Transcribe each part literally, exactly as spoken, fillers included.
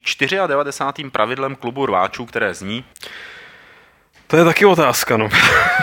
devadesátým čtvrtým pravidlem klubu rváčů, které zní... To je taky otázka, no.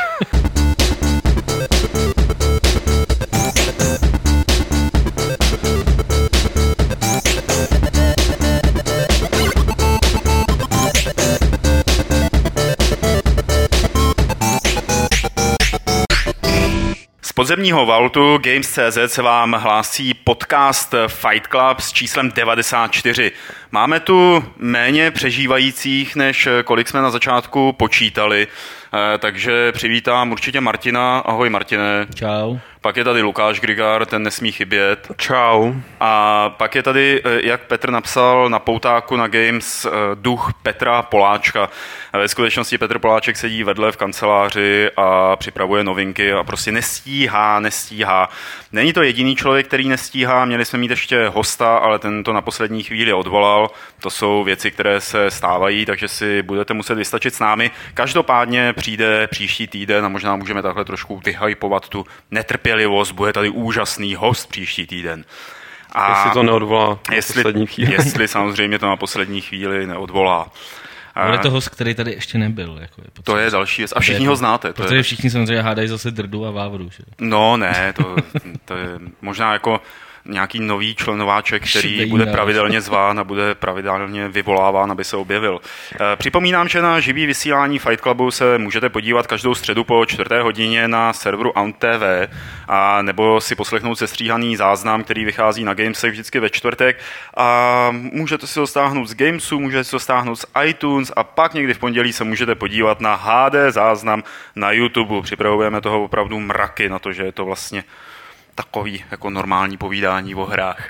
Z podzemního vaultu Games tečka cé zet se vám hlásí podcast Fight Club s číslem devadesát čtyři. Máme tu méně přežívajících, než kolik jsme na začátku počítali, takže přivítám určitě Martina. Ahoj Martine. Čau. Pak je tady Lukáš Grigár, ten nesmí chybět. Čau. A pak je tady, jak Petr napsal na poutáku na Games, duch Petra Poláčka. Ve skutečnosti Petr Poláček sedí vedle v kanceláři a připravuje novinky a prostě nestíhá, nestíhá. Není to jediný člověk, který nestíhá, měli jsme mít ještě hosta, ale ten to na poslední chvíli odvolal. To jsou věci, které se stávají, takže si budete muset vystačit s námi. Každopádně přijde příští týden a možná můžeme takhle trošku vyhypovat tu netrpělivost. Bude tady úžasný host příští týden. A jestli to neodvolá na jestli, poslední chvíli. Jestli samozřejmě to na poslední chvíli neodvolá. Bude to host, který tady ještě nebyl. Jako je to je další věc. A všichni ho znáte. To protože je... všichni samozřejmě hádají zase Drdu a Vávru. Že? No ne, to, to je možná jako nějaký nový členováček, který Šibejný bude pravidelně zván a bude pravidelně vyvoláván, aby se objevil. Připomínám, že na živý vysílání Fight Clubu se můžete podívat každou středu po čtvrté hodině na serveru A U N T V a nebo si poslechnout sestříhaný záznam, který vychází na Gamesech vždycky ve čtvrtek a můžete si ho stáhnout z Gamesu, můžete si ho stáhnout z iTunes a pak někdy v pondělí se můžete podívat na H D záznam na YouTube. Připravujeme toho opravdu mraky na to, že je to vlastně takový jako normální povídání o hrách.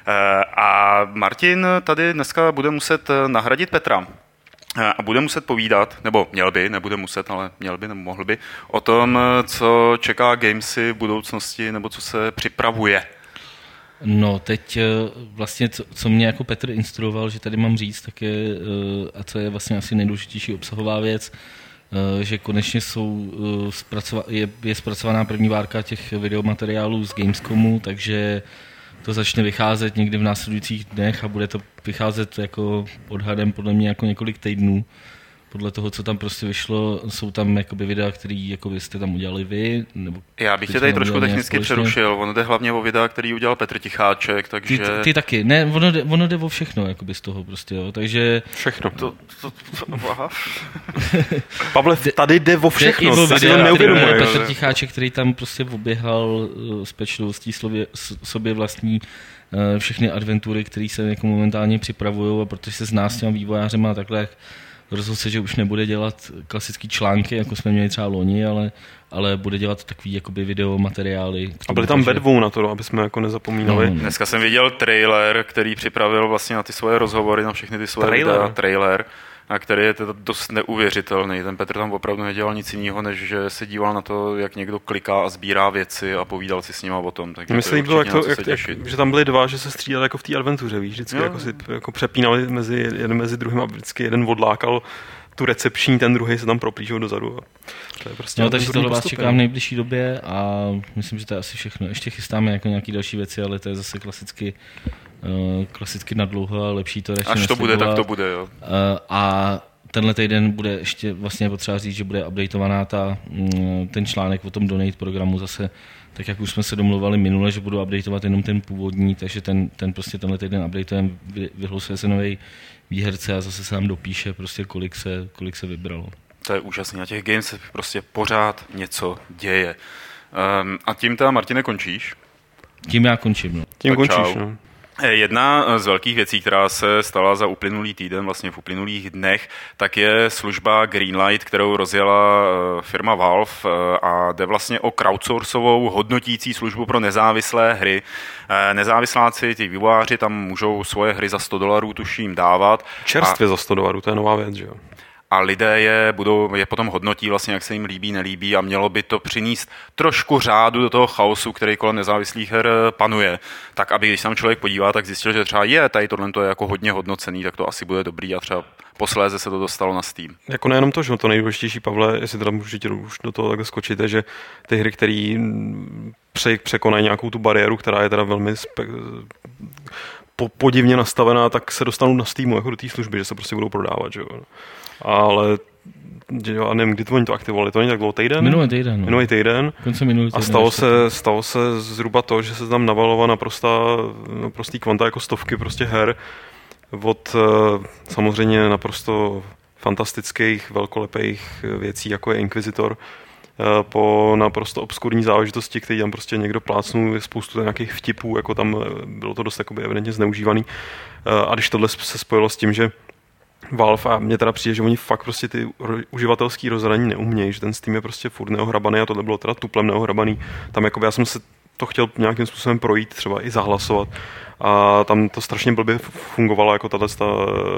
A Martin tady dneska bude muset nahradit Petra a bude muset povídat, nebo měl by, nebude muset, ale měl by, nebo mohl by, o tom, co čeká Gamesy v budoucnosti, nebo co se připravuje. No teď vlastně, co, co mě jako Petr instruoval, že tady mám říct, tak je, a co je vlastně asi nejdůležitější obsahová věc, že konečně jsou, je, je zpracovaná první várka těch videomateriálů z Gamescomu, takže to začne vycházet někdy v následujících dnech a bude to vycházet jako odhadem podle mě jako několik týdnů. Podle toho, co tam prostě vyšlo, jsou tam jakoby videa, které jakoby jste tam udělali vy. Nebo já bych tě tady trošku technicky přerušil. Ono jde hlavně o videa, který udělal Petr Ticháček, takže... Ty, ty taky. Ne, ono jde, ono jde o všechno jakoby z toho prostě, jo. Takže... Všechno. To, to, to, aha. Pavle, tady jde o všechno. Jde, si to neuvědomuje. Petr Ticháček, který tam prostě oběhal s pečlivostí sobě vlastní všechny adventury, které se jako momentálně připravují a protože se zná s těma vývojářema a takhle rozhodl se, že už nebude dělat klasický články, jako jsme měli třeba loni, ale, ale bude dělat takový jakoby videomateriály. A byli tam ve dvou na to, aby jsme jako nezapomínali. No, no. Dneska jsem viděl trailer, který připravil vlastně na ty svoje rozhovory, na všechny ty svoje trailer. videa, trailer, a který je teda dost neuvěřitelný. Ten Petr tam opravdu nedělal nic jiného, než že se díval na to, jak někdo kliká a sbírá věci a povídal si s nima o tom. Takže myslím, to, jak to, jak, jak, že tam byli dva, že se střídali jako v té adventuře, víš, vždycky jako si jako přepínali mezi jeden mezi druhým a vždycky jeden odlákal tu recepční, ten druhý se tam proplížil dozadu. To je prostě no, takže tohle vás čekám v nejbližší době a myslím, že to je asi všechno. Ještě chystáme jako nějaké další věci, ale to je zase klasicky Uh, klasicky nadlouho a lepší to radši až to bude, tak to bude, jo. Uh, a tenhle týden bude ještě vlastně potřeba říct, že bude updateovaná ta, um, ten článek o tom donate programu zase, tak jak už jsme se domluvali minule, že budu updateovat jenom ten původní, takže ten, ten prostě tenhle týden updatujeme, vy, vyhlosuje se nový výherce a zase se nám dopíše prostě kolik se, kolik se vybralo. To je úžasný, na těch games se prostě pořád něco děje. Um, a tím teda, Martine, končíš? Tím já končím, no. Tím tak končíš, no. Jedna z velkých věcí, která se stala za uplynulý týden, vlastně v uplynulých dnech, tak je služba Greenlight, kterou rozjela firma Valve a jde vlastně o crowdsourcovou hodnotící službu pro nezávislé hry. Nezávisláci, ti vývojáři tam můžou svoje hry za sto dolarů tuším dávat. Čerstvě a... za sto dolarů, to je nová věc, že jo? A lidé je, budou, je potom hodnotí vlastně, jak se jim líbí, nelíbí a mělo by to přinést trošku řádu do toho chaosu, který kolem nezávislých her panuje. Tak, aby když se tam člověk podívá, tak zjistil, že třeba je, tady tohle je jako hodně hodnocený, tak to asi bude dobrý a třeba posléze se to dostalo na Steam. Jako nejenom to, že to nejdůležitější, Pavle, jestli teda můžete už do toho takhle skočit, je, že ty hry, které překonají nějakou tu bariéru, která je teda velmi spe- po, podivně nastavená, tak se dostanou na Steamu jako do té služby, že se prostě budou prodávat, že jo. Ale já nevím, kdy to oni to aktivovali, to není tak dlouho, týden? Minulý týden. No. Minulý týden. Konce minulý týden. A stalo se, stalo se zhruba to, že se tam navalovala naprostá, naprostý kvanta jako stovky prostě her od samozřejmě naprosto fantastických, velkolepých věcí, jako je Inquisitor, po naprosto obskurní záležitosti, který tam prostě někdo plácnul, spoustu nějakých vtipů, jako tam bylo to dost jakoby evidentně zneužívaný. A když tohle se spojilo s tím, že Valve, a mně teda přijde, že oni fakt prostě ty uživatelský rozhraní neumějí, že ten Steam je prostě furt neohrabaný a tohle bylo teda tuplem neohrabaný. Tam jakoby já jsem se to chtěl nějakým způsobem projít, třeba i zahlasovat. A tam to strašně blbě fungovalo, jako tato, ta,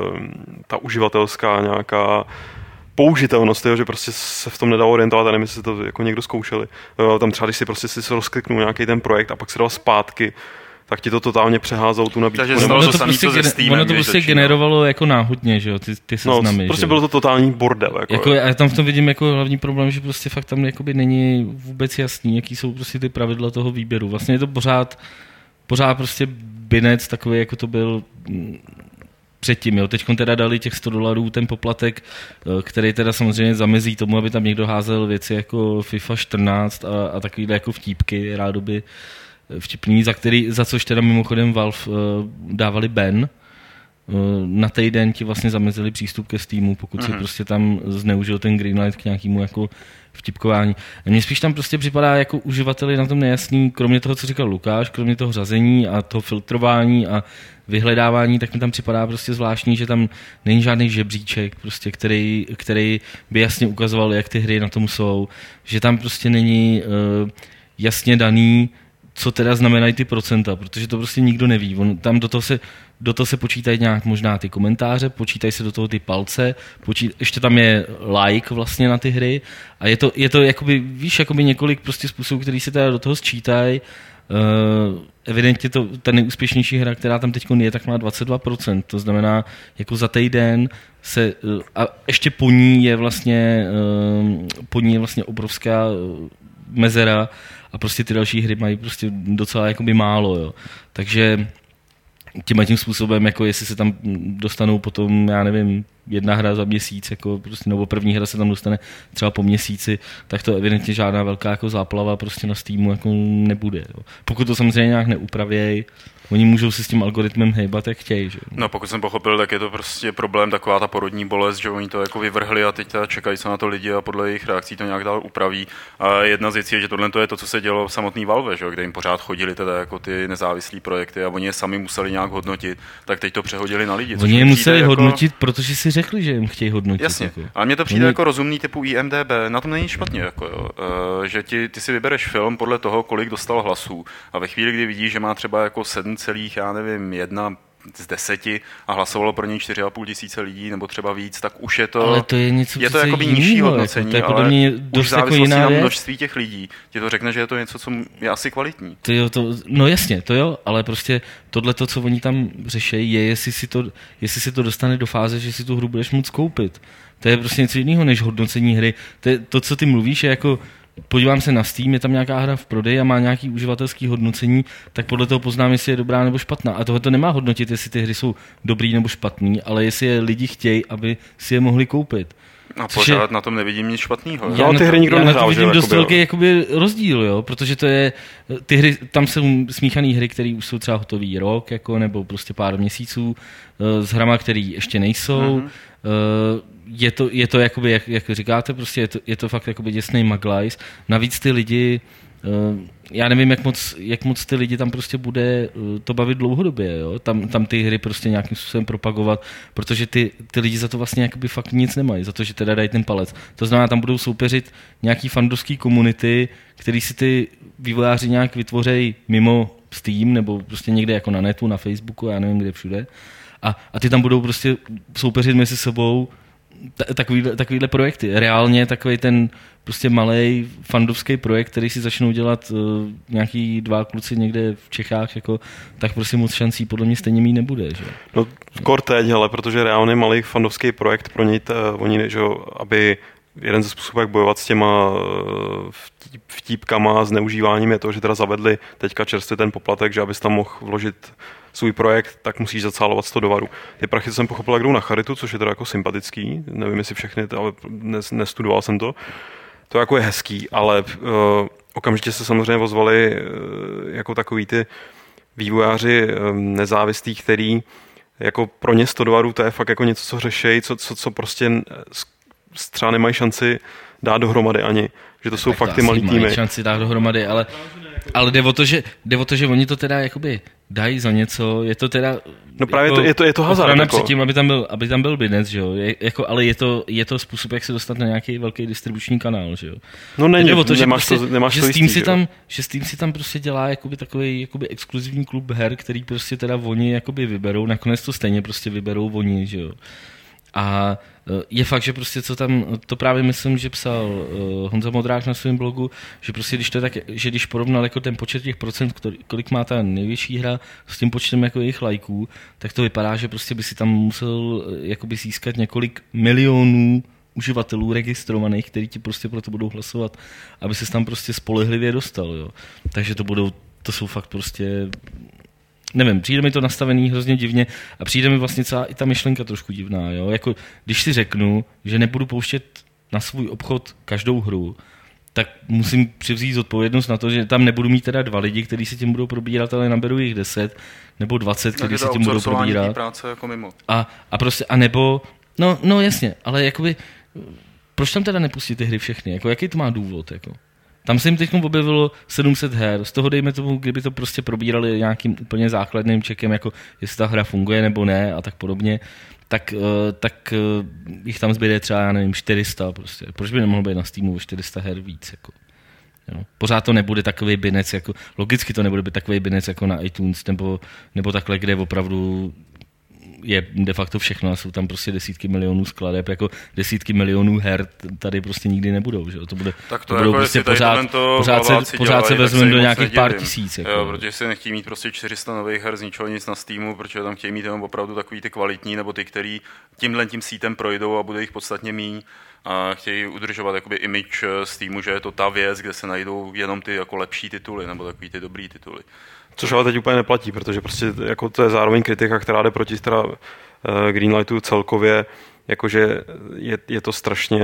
ta uživatelská nějaká použitelnost, jo, že prostě se v tom nedalo orientovat, a nevím, jestli to jako někdo zkoušeli. Tam třeba, když si prostě si se rozkliknul nějaký ten projekt a pak se dal zpátky, tak ti to totálně přeházalo tu nabídku. Takže stalo to, to samý, co se Steamem. Ono to prostě generovalo jako náhodně, že jo, ty, ty seznamy. No, prostě že? Bylo to totální bordel. Jako, jako, já tam v tom vidím jako hlavní problém, že prostě fakt tam jakoby není vůbec jasný, jaký jsou prostě ty pravidla toho výběru. Vlastně je to pořád, pořád prostě binec takový, jako to byl předtím. Jo. Teď teda dali těch sto dolarů ten poplatek, který teda samozřejmě zamezí tomu, aby tam někdo házel věci jako FIFA čtrnáct a, a takovýhle jako vtípky, rádoby vtipný, za, který, za což teda mimochodem Valve uh, dávali ban. Uh, na týden ti vlastně zamezili přístup ke Steamu, pokud mm-hmm. si prostě tam zneužil ten greenlight k nějakému jako vtipkování. Mně spíš tam prostě připadá jako uživateli na tom nejasný, kromě toho, co říkal Lukáš, kromě toho řazení a toho filtrování a vyhledávání, tak mi tam připadá prostě zvláštní, že tam není žádný žebříček, prostě, který, který by jasně ukazoval, jak ty hry na tom jsou, že tam prostě není uh, jasně daný, co teda znamenají ty procenta, protože to prostě nikdo neví. On, tam do toho se, do toho se počítají nějak možná ty komentáře, počítají se do toho ty palce, počít, ještě tam je like vlastně na ty hry a je to, je to jakoby, víš, jakoby několik prostě způsobů, který se teda do toho sčítají. Uh, evidentně to, ta nejúspěšnější hra, která tam teď je, tak má dvacet dva procent, to znamená, jako za týden se, uh, a ještě po ní je vlastně, uh, po ní je vlastně obrovská uh, mezera a prostě ty další hry mají prostě docela jakoby málo, jo. Takže tím tím způsobem, jako jestli se tam dostanou potom, já nevím, jedna hra za měsíc, jako prostě, nebo první hra se tam dostane třeba po měsíci, tak to evidentně žádná velká jako záplava prostě na Steamu jako nebude. Jo. Pokud to samozřejmě nějak neupravějí, oni můžou si s tím algoritmem hejbat, jak chtějí. Že? No pokud jsem pochopil, tak je to prostě problém, taková ta porodní bolest, že oni to jako vyvrhli a teď čekají se na to lidi a podle jejich reakcí to nějak dál upraví. A jedna z věcí je, že tohle je to, co se dělo v samotný Valve, že? Kde jim pořád chodili teda jako ty nezávislé projekty a oni je sami museli nějak hodnotit, tak teď to přehodili na lidi. Oni je museli jako hodnotit, protože si řekli, že jim chtějí hodnotit. Jasně. Jako. A mně to přijde oni... jako rozumný typu I M D B, na tom není špatně, jako, jo. E, že ti, ty si vybereš film podle toho, kolik dostal hlasů a ve chvíli, kdy vidíš, že má třeba jako sedm celých, já nevím, jedna z deseti a hlasovalo pro něj čtyři a půl tisíce lidí nebo třeba víc, tak už je to, ale to je, něco je to jakoby nižší hodnocení, jako, to je ale mě už v závislosti na množství těch lidí ti to řekne, že je to něco, co je asi kvalitní. To jo, to, no jasně, to jo, ale prostě tohle, co oni tam řeší, je, jestli si, to, jestli si to dostane do fáze, že si tu hru budeš moct koupit. To je prostě něco jiného než hodnocení hry. To, je, to co ty mluvíš, je jako podívám se na Steam, je tam nějaká hra v prodeji a má nějaký uživatelský hodnocení, tak podle toho poznám, jestli je dobrá nebo špatná. A tohle to nemá hodnotit, jestli ty hry jsou dobrý nebo špatný, ale jestli je lidi chtějí, aby si je mohli koupit. A pořád je, na tom nevidím nic špatného. Já, já, na, ty hry nikdo já nehrál, na to vidím dost velký jakoby rozdíl, jo? Protože to je, ty hry, tam jsou smíchané hry, které už jsou třeba hotový rok, jako, nebo prostě pár měsíců, s hrama, které ještě nejsou. Mm-hmm. Je to, je to jakoby, jak, jak říkáte, prostě je to, je to fakt jakoby děsnej maglajs. Navíc ty lidi, já nevím, jak moc, jak moc ty lidi tam prostě bude to bavit dlouhodobě, jo? Tam, tam ty hry prostě nějakým způsobem propagovat, protože ty, ty lidi za to vlastně jakoby fakt nic nemají, za to, že teda dají ten palec. To znamená, tam budou soupeřit nějaký fandovský komunity, který si ty vývojáři nějak vytvořejí mimo Steam, nebo prostě někde jako na netu, na Facebooku, já nevím, kde všude. A, a ty tam budou prostě soupeřit mezi sebou takovýhle, takovýhle projekty. Reálně takový ten prostě malej fandovský projekt, který si začnou dělat uh, nějaký dva kluci někde v Čechách, jako, tak prostě moc šancí podle mě stejně mít nebude. Že? No skoro teď, ale protože reálně malý fandovský projekt pro něj, t, oni, že, aby jeden ze způsobů, jak bojovat s těma vtípkama a zneužíváním je to, že teda zavedli teďka čerstvě ten poplatek, že abys tam mohl vložit svůj projekt, tak musíš zacálovat sto dolarů. Ty prachy, co jsem pochopil, jak jdou na charitu, což je teda jako sympatický, nevím, jestli všechny, ale nestudoval jsem to. To jako je hezký, ale uh, okamžitě se samozřejmě ozvali uh, jako takový ty vývojáři um, nezávislí, který jako pro ně sto dolarů to je fakt jako něco, co řešejí, co, co, co prostě třeba nemají šanci dát dohromady ani. Že to jsou tak fakt to ty malý týmy. Mají šanci dát dohromady, ale, ale jde o to, že, jde o to, že oni to teda jakoby dají za něco, je to teda no právě jako to, je to, je to hazard. Jako předtím, aby tam byl, aby tam byl business, že jo. Je, jako, ale je to, je to způsob, jak se dostat na nějaký velký distribuční kanál, že jo. No není, o to, nemáš prostě, to, nemáš že to jistý, jistý, si tam, že s tím si tam prostě dělá jakoby takový jakoby exkluzivní klub her, který prostě teda oni jakoby vyberou, nakonec to stejně prostě vyberou oni, že jo. A je fakt, že prostě co tam, to právě myslím, že psal uh, Honza Modrák na svém blogu, že prostě když to tak, že když porovnal jako ten počet těch procent, kolik má ta největší hra s tím počtem jako jejich lajků, tak to vypadá, že prostě by si tam musel jakoby získat několik milionů uživatelů registrovaných, kteří ti prostě pro to budou hlasovat, aby se tam prostě spolehlivě dostal, jo. Takže to budou, to jsou fakt prostě nevím, přijde mi to nastavený hrozně divně a přijde mi vlastně celá i ta myšlenka trošku divná, jo? Jako, když si řeknu, že nebudu pouštět na svůj obchod každou hru, tak musím přivzít zodpovědnost na to, že tam nebudu mít teda dva lidi, kteří se tím budou probírat, ale naberu jich deset nebo dvacet, kteří se tím budou probírat. Práce jako mimo. A, a prostě, a nebo, no, no jasně, ale jakoby, proč tam teda nepustit ty hry všechny? Jako, jaký to má důvod, jako? Tam se jim teď objevilo sedm set her, z toho dejme tomu, kdyby to prostě probírali nějakým úplně základným čekem, jako jestli ta hra funguje nebo ne a tak podobně, tak, tak jich tam zbyde třeba, já nevím, čtyři sta prostě. Proč by nemohlo být na Steamu čtyři sta her víc, jako? Jo. Pořád to nebude takový binec, jako, logicky to nebude být takový binec jako na iTunes, nebo, nebo takhle, kde opravdu je de facto všechno a jsou tam prostě desítky milionů skladeb, jako desítky milionů her tady prostě nikdy nebudou, že jo, to bude, tak to, to budou jako prostě pořád, pořád se, pořád se vezmeme do nějakých pár tisíc. Jako. Jo, protože si nechtějí mít prostě čtyři sta nových her z ničeho nic na Steamu, protože tam chtějí mít jenom opravdu takový ty kvalitní, nebo ty, který tímhle tím sítem projdou a bude jich podstatně míň a chtějí udržovat jakoby image Steamu, že je to ta věc, kde se najdou jenom ty jako lepší tituly, nebo takový ty dobrý tituly. Což ale teď úplně neplatí, protože prostě jako to je zároveň kritika, která jde proti teda uh, Greenlightu celkově, jakože je, je to strašně,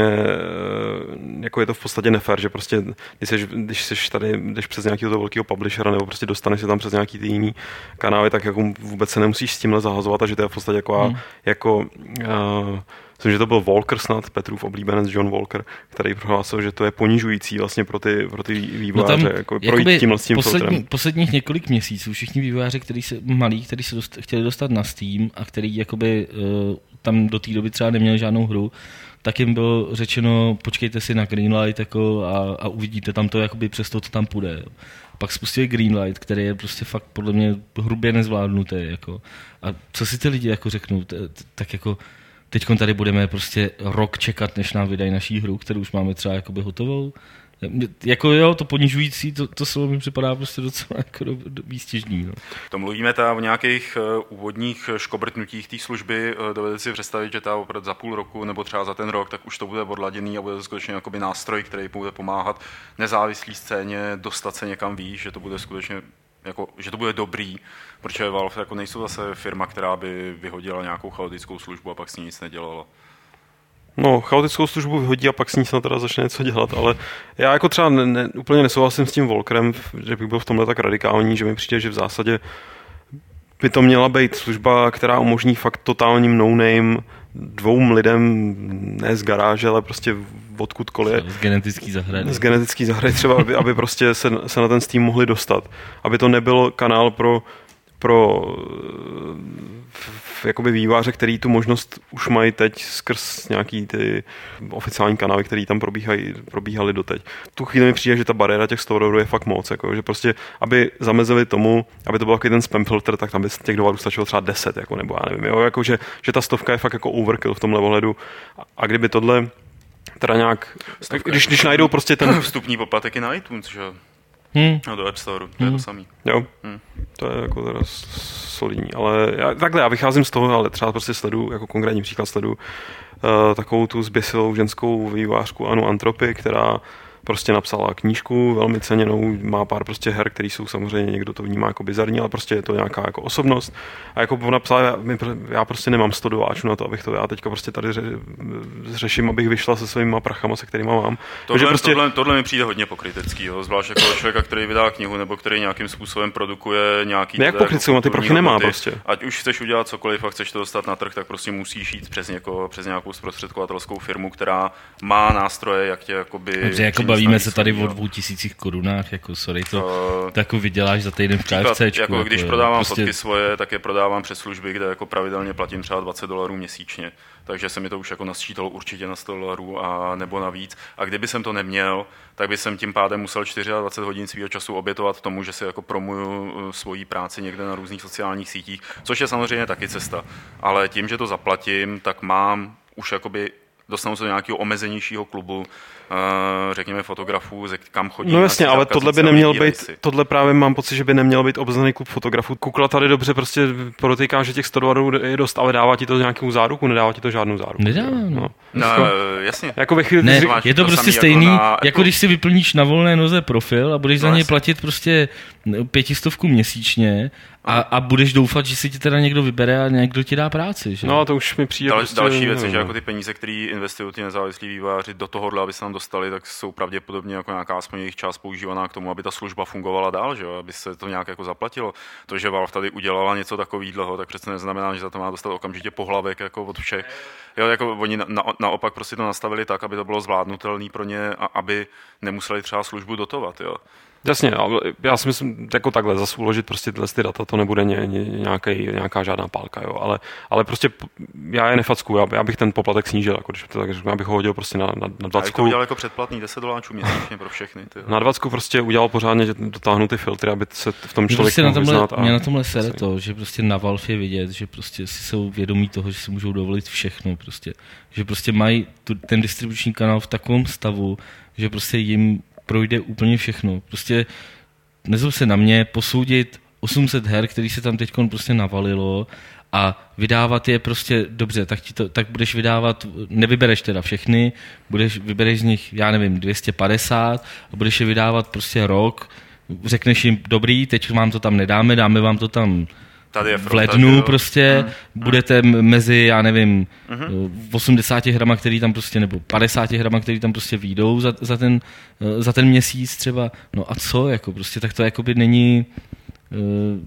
uh, jako je to v podstatě nefér, že prostě, když seš, když seš tady, jdeš přes nějakého toho velkého publishera, nebo prostě dostaneš se tam přes nějaký ty jiný kanály, tak jako vůbec se nemusíš s tímhle zahazovat, a že to je v podstatě jako, hmm. jako uh, myslím, že to byl Walker snad, Petrův oblíbenec John Walker, který prohlásil, že to je ponižující vlastně pro ty, pro ty vývojáře, no jako projít tímhle s tím poslední, filtrem. Posledních několik měsíců všichni vývojáři, kteří se, malí, kteří se dost, chtěli dostat na Steam a který jakoby, uh, tam do té doby třeba neměli žádnou hru, tak jim bylo řečeno, počkejte si na Greenlight jako, a, a uvidíte tam to, jakoby přes to, co tam půjde. Jo. Pak spustili Greenlight, který je prostě fakt podle mě hrubě nezvládnutý. Jako. A co si ty lidi jako řeknou, t- t- tak jako teď tady budeme prostě rok čekat, než nám vydají naší hru, kterou už máme třeba jakoby hotovou. Jako jo, to ponižující, to, to slovo mi připadá prostě docela jako do, do výstěžný. No. To mluvíme ta o nějakých uh, úvodních škobrtnutích té služby. Uh, dovedete si představit, že ta opravdu za půl roku nebo třeba za ten rok, tak už to bude odladěný a bude to skutečně jakoby nástroj, který bude pomáhat nezávislý scéně dostat se někam výš, že to bude skutečně jako, že to bude dobrý, protože Valve jako nejsou zase firma, která by vyhodila nějakou chaotickou službu a pak s ní nic nedělala. No, chaotickou službu vyhodí a pak s ní snad teda začne něco dělat, ale já jako třeba ne, ne, úplně nesouhlasím s tím Volkerem, že bych byl v tomhle tak radikální, že mi přijde, že v zásadě by to měla být služba, která umožní fakt totálním no-name dvou lidem, ne z garáže, ale prostě odkudkoliv. Z genetický zahrady. Z genetický zahrady třeba, aby, aby prostě se, se na ten Steam mohli dostat. Aby to nebyl kanál pro, pro jakoby vývojáře, který tu možnost už mají teď skrz nějaký ty oficiální kanály, které tam probíhají, probíhaly doteď. Tu chvíli mi přijde, že ta bariéra těch sto dolarů je fakt moc, jako, že prostě, aby zamezili tomu, aby to byl takový ten spam filter, tak tam by těch dolarů stačilo třeba deset, jako, nebo já nevím, jo, jako, že, že ta stovka je fakt jako overkill v tomhle ohledu. A kdyby tohle teda nějak, Stovka, když, když najdou prostě ten vstupní poplatek i na iTunes, že? Hmm. No do App Store, to je hmm. to samý. Jo, hmm. to je jako teda solidní, ale já, takhle já vycházím z toho, ale třeba prostě sledu, jako konkrétní příklad sledu uh, takovou tu zběsilou ženskou vývojářku Anu Antropy, která prostě napsala knížku velmi ceněnou, má pár prostě her, které jsou samozřejmě, někdo to vnímá jako bizarní, ale prostě je to nějaká jako osobnost. A jako ona psala, já, já prostě nemám sto dováčů na to, abych to, já teďka prostě tady ře, řeším, abych vyšla se svýma prachama, se kterýma mám. Tohle, prostě... tohle, tohle mi přijde hodně pokrytecký, jo? Zvlášť jako člověka, který vydá knihu nebo který nějakým způsobem produkuje nějaký... Jak pokrytců, jako ty prachy nemá hodnoty. Prostě. Ať už chceš udělat cokoliv a chceš to dostat na trh, tak prostě musíš jít přes, něko, přes nějakou zprostředkovatelskou firmu, která má nástroje, jak tě jakoby... Dobře, jako bavíme se tady o dvou tisících korunách, jako sorry, to uh, jako vyděláš za týden v KFCčku. Jako, když jako, prodávám prostě... fotky svoje, tak je prodávám přes služby, kde jako pravidelně platím třeba dvacet dolarů měsíčně. Takže se mi to už jako nasčítalo určitě na sto dolarů a nebo navíc. A kdyby jsem to neměl, tak by jsem tím pádem musel dvacet čtyři hodin svého času obětovat tomu, že si jako promuju svoji práci někde na různých sociálních sítích, což je samozřejmě taky cesta. Ale tím, že to zaplatím, tak mám už jakoby dostanu se do nějakého omezenějšího klubu, řekněme fotografů, kam chodí. No jasně, ale tohle by neměl být, tohle právě mám pocit, že by neměl být obsazený klub fotografů. Kukla tady dobře prostě podotýká, že těch sto dolarů je dost, ale dává ti to nějakou záruku, nedává ti to žádnou záruku. Nedává, no. no. no jasně. Jako ve chvíli, ne, je to, to prostě stejný, jako, na, jako když si vyplníš na volné noze profil a budeš no za něj platit prostě pětistovku měsíčně a, a budeš doufat, že si ti teda někdo vybere a někdo ti dá práci. Že? No to už mi přijde. Dal, prostě, další věc je, že jako ty peníze, které investují ty nezávislí vývojáři do tohohle, aby se tam dostali, tak jsou pravděpodobně jako nějaká aspoň jejich část používaná k tomu, aby ta služba fungovala dál, že jo? Aby se to nějak jako zaplatilo. To, že Valve tady udělala něco takového, tak přece neznamená, že za to má dostat okamžitě pohlavek jako od všech. Jo, jako oni na, na, naopak prostě to nastavili tak, aby to bylo zvládnutelné pro ně a aby nemuseli třeba službu dotovat, jo. Jasně, já si myslím, jako takhle, zase uložit prostě tyhle ty data, to nebude ně, ně, nějaký, nějaká žádná pálka, jo, ale, ale prostě já je nefacku, já, já bych ten poplatek snížil, jako když to tak řeknu, já bych ho hodil prostě na, na, na dvacet. Já to udělal jako předplatný deset dolarů měsíčně pro všechny. Ty. Na dvacet prostě udělal pořádně, že dotáhnu ty filtry, aby se v tom člověk prostě mohl vyznat. Mě na tomhle sere to, že prostě na Valve je vidět, že prostě si jsou vědomí toho, že si můžou dovolit všechno, prostě. Že prostě mají tu, ten distribuční kanál v takovém stavu, že prostě jim projde úplně všechno. Prostě nezlob se na mě posoudit osm set her, který se tam teď prostě navalilo a vydávat je prostě dobře, tak, ti to, tak budeš vydávat, nevybereš teda všechny, budeš, vybereš z nich, já nevím, dvě stě padesát a budeš je vydávat prostě rok, řekneš jim, dobrý, teď vám to tam nedáme, dáme vám to tam tady je v lednu tady, prostě, uh-huh. budete mezi, já nevím, uh-huh. osmdesáti hrama, který tam prostě, nebo padesáti hrama, který tam prostě výjdou za, za, ten, za ten měsíc třeba. No a co, jako prostě, tak to jakoby není, uh,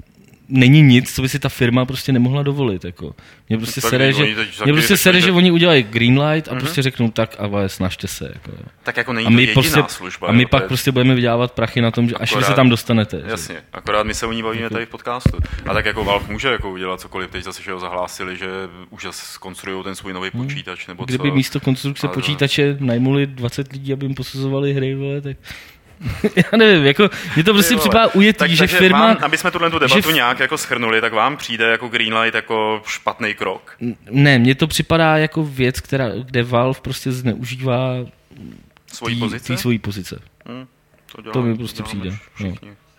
není nic, co by si ta firma prostě nemohla dovolit, jako. Mě prostě no, sere, že, mě prostě sere, že oni udělají greenlight a uh-huh. prostě řeknou tak, ale snažte se, jako. Tak jako není to jediná prostě, služba. A my jo, pak je... prostě budeme vydělávat prachy na tom, že akorát, až vy se tam dostanete. Jasně, že? Akorát my se o ní bavíme tady v podcastu. A tak jako Valve může jako udělat cokoliv, teď zase, že ho zahlásili, že už zase skonstruují ten svůj nový hmm. počítač, nebo Kdyby co. místo konstrukce ale... počítače najmuli dvacet lidí, aby jim posuzovali hry, vole, tak... Já nevím, jako, mě to prostě připadá ujetý, tak, že firma... Vám, aby jsme tuhle tu debatu že... nějak jako schrnuli, tak vám přijde jako Greenlight jako špatný krok? Ne, mně to připadá jako věc, která, kde Valve prostě zneužívá svoji pozici? Tý svojí pozice. Hmm, to, dělám, to mi prostě přijde. No.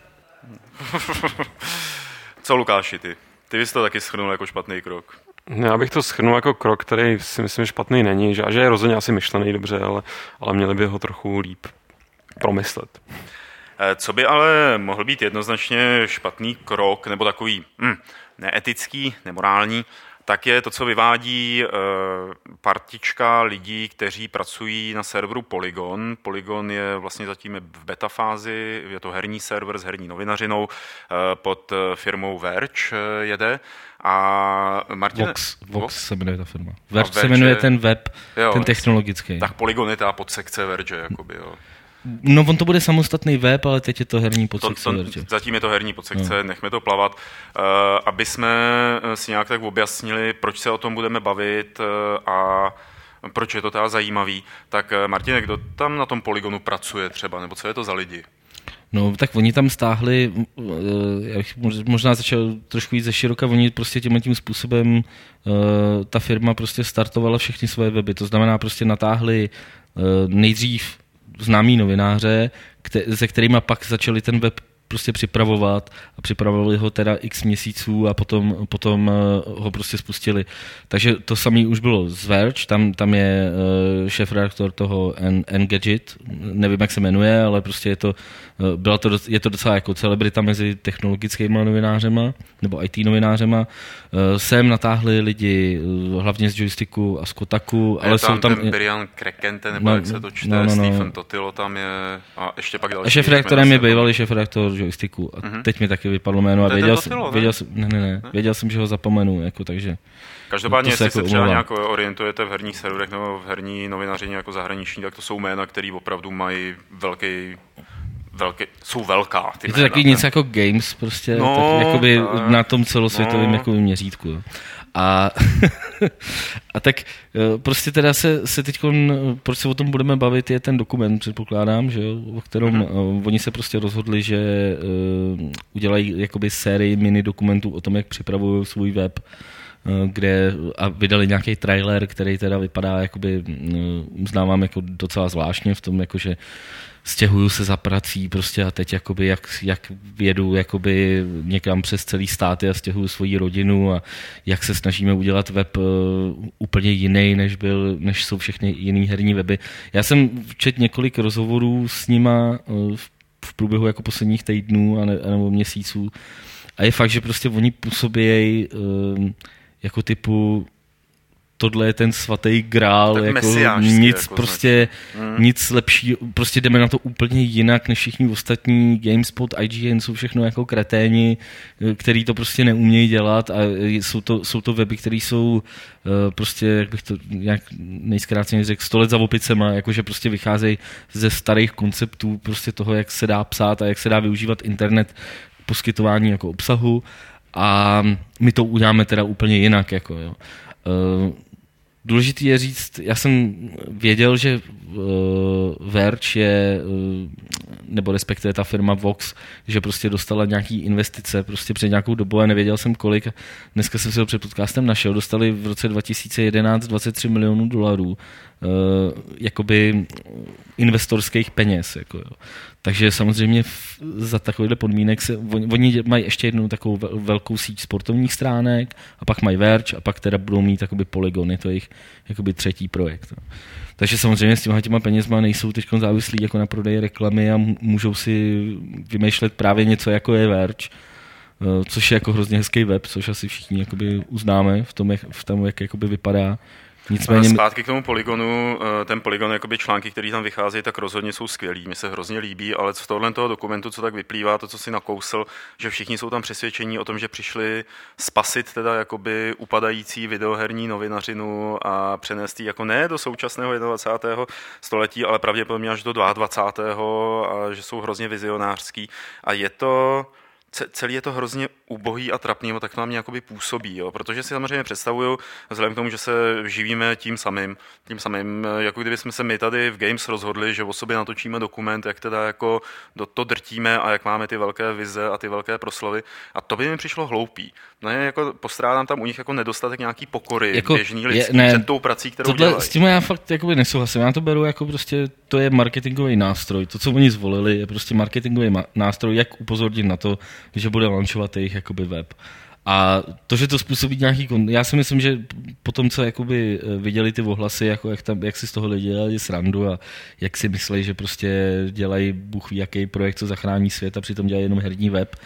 Co Lukáši, ty? Ty bys to taky schrnul jako špatný krok. Já bych to schrnul jako krok, který si myslím, že špatný není, že, že je rozhodně asi myšlený dobře, ale, ale měli by ho trochu líp promyslet. Co by ale mohl být jednoznačně špatný krok, nebo takový hm, neetický, nemorální, tak je to, co vyvádí e, partička lidí, kteří pracují na serveru Polygon. Polygon je vlastně zatím v beta fázi, je to herní server s herní novinařinou, e, pod firmou Verge jede. A Martin... Vox, Vox, Vox se jmenuje ta firma. Verge, Verge se jmenuje ten web, jo, ten technologický. Tak Polygon je ta podsekce Verge, jakoby, jo. No on to bude samostatný web, ale teď je to herní podsekce. To, to, zatím je to herní podsekce, no. Nechme to plavat. Uh, aby jsme si nějak tak objasnili, proč se o tom budeme bavit uh, a proč je to teda zajímavý. Tak Martine, kdo tam na tom Polygonu pracuje třeba, nebo co je to za lidi? No, tak oni tam stáhli, já bych možná začal trošku jít ze široka, oni prostě tímhle tím způsobem, ta firma prostě startovala všechny svoje weby, to znamená prostě natáhli nejdřív známí novináře, se kterýma pak začali ten web prostě připravovat a připravovali ho teda x měsíců a potom, potom ho prostě spustili. Takže to samé už bylo z Verge, tam, tam je šéfredaktor toho Engadget, nevím, jak se jmenuje, ale prostě je to, byla to, je to docela jako celebrita mezi technologickými novinářema nebo í té novinářema. Sem natáhli lidi hlavně z Joysticku a z Kotaku, ale tam jsou tam... ten Brian Krekente, nebo no, jak se to čte, no, no, no. Stephen Totilo tam je a ještě pak další. A šéfredaktorem je bývalý šéfredaktor Joysticku a mm-hmm. teď mi taky vypadlo jméno a věděl, Totilo, věděl, ne? Ne, ne, ne, věděl jsem, že ho zapomenu, jako, takže... Každopádně, jestli se jako třeba nějak orientujete v herních serverech nebo v herní novinařině jako zahraniční, tak to jsou jména, které opravdu mají velký, velký, jsou velká. Ty je to taky něco jako Games, prostě, no, tak, jakoby tak, na tom celosvětovém no. jakoby měřítku. Jo. A, a tak prostě teda se, se teď, proč se o tom budeme bavit, je ten dokument, předpokládám, že jo, o kterém mm-hmm. oni se prostě rozhodli, že uh, udělají jakoby sérii mini dokumentů o tom, jak připravují svůj web, kde a vydali nějaký trailer, který teda vypadá, jakoby, uznávám jako docela zvláštně v tom, jakože stěhuju se za prací prostě a teď jakoby jak, jak jedu jakoby někam přes celý státy a stěhuju svoji rodinu a jak se snažíme udělat web uh, úplně jiný, než byl, než jsou všechny jiný herní weby. Já jsem četl několik rozhovorů s nima uh, v, v průběhu jako posledních týdnů a ne, nebo měsíců a je fakt, že prostě oni působí uh, jako typu tohle je ten svatý grál, jako nic jako prostě, mm. nic lepší, prostě jdeme na to úplně jinak než všichni ostatní, GameSpot, I G N jsou všechno jako kreténi, který to prostě neumějí dělat a jsou to, jsou to weby, které jsou uh, prostě, jak bych to nějak nejzkráceně řekl, sto let za opicema, jakože prostě vycházejí ze starých konceptů prostě toho, jak se dá psát a jak se dá využívat internet k poskytování jako obsahu a my to uděláme teda úplně jinak, jako jo. Uh, důležitý je říct, já jsem věděl, že uh, Verge je, uh, nebo respektive ta firma Vox, že prostě dostala nějaký investice prostě před nějakou dobu a nevěděl jsem kolik. Dneska jsem si to před podcastem našel, dostali v roce dva tisíce jedenáct dvacet tři milionů dolarů uh, jakoby investorských peněz. Jako, jo. Takže samozřejmě v, za takovýhle podmínek se, oni, oni mají ještě jednu takovou velkou síť sportovních stránek a pak mají Verge a pak teda budou mít jakoby Polygon, je to jejich jakoby třetí projekt. No. Takže samozřejmě s těma, těma penězma nejsou teď závislí jako na prodeji reklamy a můžou si vymýšlet právě něco jako je Verge, což je jako hrozně hezký web, což asi všichni jakoby uznáme v tom, jak, v tom, jak jakoby vypadá. Nicméně... Zpátky k tomu Polygonu, ten Polygon, jakoby články, které tam vycházejí, tak rozhodně jsou skvělý, mi se hrozně líbí, ale z tohohle toho dokumentu, co tak vyplývá, to, co si nakousl, že všichni jsou tam přesvědčení o tom, že přišli spasit teda jakoby upadající videoherní novinařinu a přenést ji jako ne do současného dvacátého století, ale pravděpodobně až do dvacátého a že jsou hrozně vizionářský. A je to... celý je to hrozně ubohý a trapný, tak to na mě jakoby působí, jo? Protože si samozřejmě představuju, vzhledem k tomu, že se živíme tím samým, tím samým, jako kdyby jsme se my tady v Games rozhodli, že o sobě natočíme dokument, jak teda jako do to drtíme a jak máme ty velké vize a ty velké proslovy. A to by mi přišlo hloupý. No je jako postrádám tam u nich jako nedostatek nějaký pokory, jako běžný lidský před tou prací, kterou tohle, dělají. S tím já fakt jakoby nesouhlasím. Já to beru jako prostě, to je marketingový nástroj. To, co oni zvolili, je prostě marketingový ma- nástroj, jak upozornit na to, že bude launchovat jejich jakoby web. A to, že to způsobí nějaký... Kon... Já si myslím, že po tom, co jakoby viděli ty ohlasy, jako jak, tam, jak si z toho lidi dělali srandu a jak si mysleli, že prostě dělají bůh ví jaký projekt, co zachrání svět a přitom dělají jenom herní web,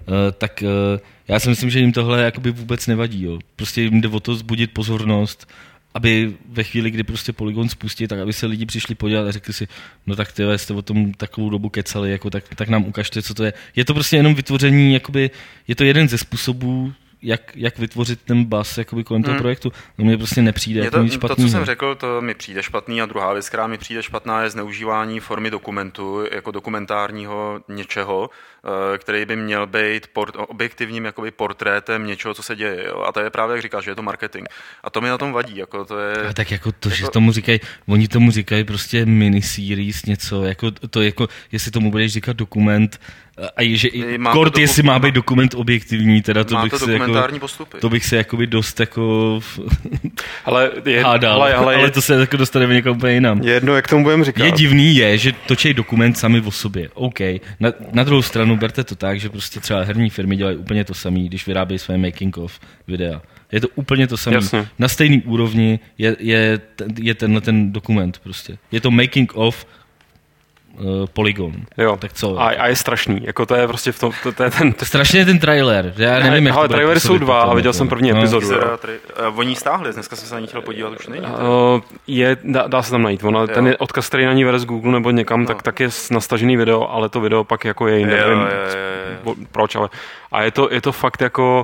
tak já si myslím, že jim tohle jakoby vůbec nevadí. Jo. Prostě jim jde o to vzbudit pozornost, aby ve chvíli, kdy prostě Polygon spustí, tak aby se lidi přišli podívat a řekli si, no tak ty jste o tom takovou dobu kecali, jako, tak, tak nám ukažte, co to je. Je to prostě jenom vytvoření, jakoby, je to jeden ze způsobů, jak, jak vytvořit ten buzz jakoby kolem toho hmm. projektu. No mně prostě nepřijde. Je to, nic to, co jsem řekl, to mi přijde špatný a druhá věc, která mi přijde špatná, je zneužívání formy dokumentu, jako dokumentárního něčeho, který by měl být port, objektivním jakoby portrétem něčeho, co se děje. Jo? A to je právě, jak říkáš, že je to marketing. A to mi na tom vadí. Jako to je, a tak jako to, jako... že tomu říkají, oni tomu říkají prostě miniseries něco, jako to jako, jestli tomu budeš říkat dokument, A je, že kort, doku... jestli má být dokument objektivní, teda to má bych to si jako, postupy. To bych se jakoby dost jako ale je, hádal, ale, ale, ale je, to se jako dostaneme někam úplně jinam. Je jedno, jak tomu budeme říkat. Je divný je, že točej dokument sami o sobě. OK. Na, na druhou stranu berte to tak, že prostě třeba herní firmy dělají úplně to samé, když vyrábějí své making of videa. Je to úplně to samé. Na stejný úrovni je, je, je tenhle ten dokument prostě. Je to making of Uh, Polygon. Jo. Tak co? A, a je strašný. Jako to je prostě v tom, to, to je ten... Strašně ten trailer. Já nevím, jak ale to trailery jsou dva a viděl jsem první no. epizodu. Uh, oni stáhli, dneska jsem se na ní chtěl podívat, už není. Uh, je, dá, dá se tam najít. Ona, ten je odkaz, který na ní vede z Google nebo někam, no. tak, tak je nastažený video, ale to video pak jako je jinde. Jo, nevím, jo, jo, jo. proč, ale... A je to, je to fakt jako...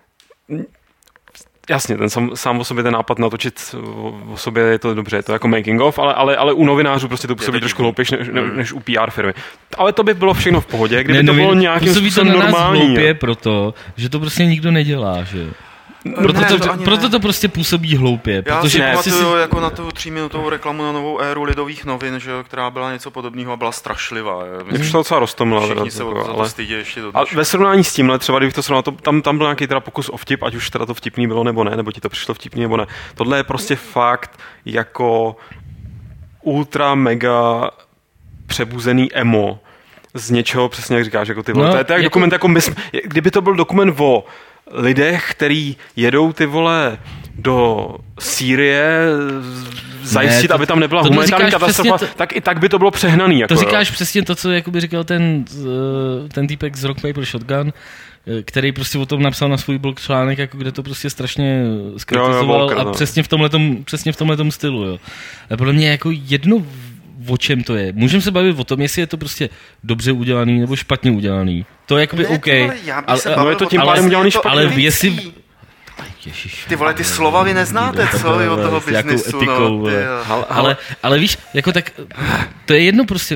Jasně, ten sám, sám o sobě ten nápad natočit o sobě je to dobře, je to jako making of, ale, ale, ale u novinářů prostě to působí trošku hloupějš než, ne, než u P R firmy. Ale to by bylo všechno v pohodě, kdyby ne, to bylo nějakým způsobem normální. Působí to na nás hloupě proto, že to prostě nikdo nedělá, že Proto, ne, to, to, proto to prostě působí hloupě. Já protože si pamatuju si... jako na tu tříminutovou reklamu na novou éru Lidových novin, že, která byla něco podobného a byla strašlivá. Mě přišlo docela roztomilá. Všichni se o to stydí ještě do A ve srovnání s tímhle, třeba kdybych to srovnal, to, tam, tam byl nějaký teda pokus o vtip, ať už teda to vtipný bylo nebo ne, nebo ti to přišlo vtipný nebo ne. Tohle je prostě fakt jako ultra mega přebuzený emo z něčeho, přesně jak říkáš, jako ty vole. No, to je, to je jako... dokument, jako my jsme, kdyby to byl dokument o lidech, který jedou ty vole do Sýrie zajistit, ne, to, aby tam nebyla humanitární katastrofa, to, tak i tak by to bylo přehnaný. Jako, to říkáš jo. Přesně to, co jakoby říkal ten, ten týpek z Rock Paper Shotgun, který prostě o tom napsal na svůj blog článek, jako kde to prostě strašně skritizoval jo, jo, a no. přesně v tomhletom, přesně v tomhletom stylu. Jo. A podle mě jako jedno o čem to je. Můžeme se bavit o tom, jestli je to prostě dobře udělaný nebo špatně udělaný. To je jakoby ne, OK. Ale, ale, je to tím pádem udělaný špatně. Ale jestli... Ježiš, ty vole, ty slova vy neznáte, co vy od toho biznisu. Etikou, no, ale, ale, ale víš, jako tak, to je jedno prostě,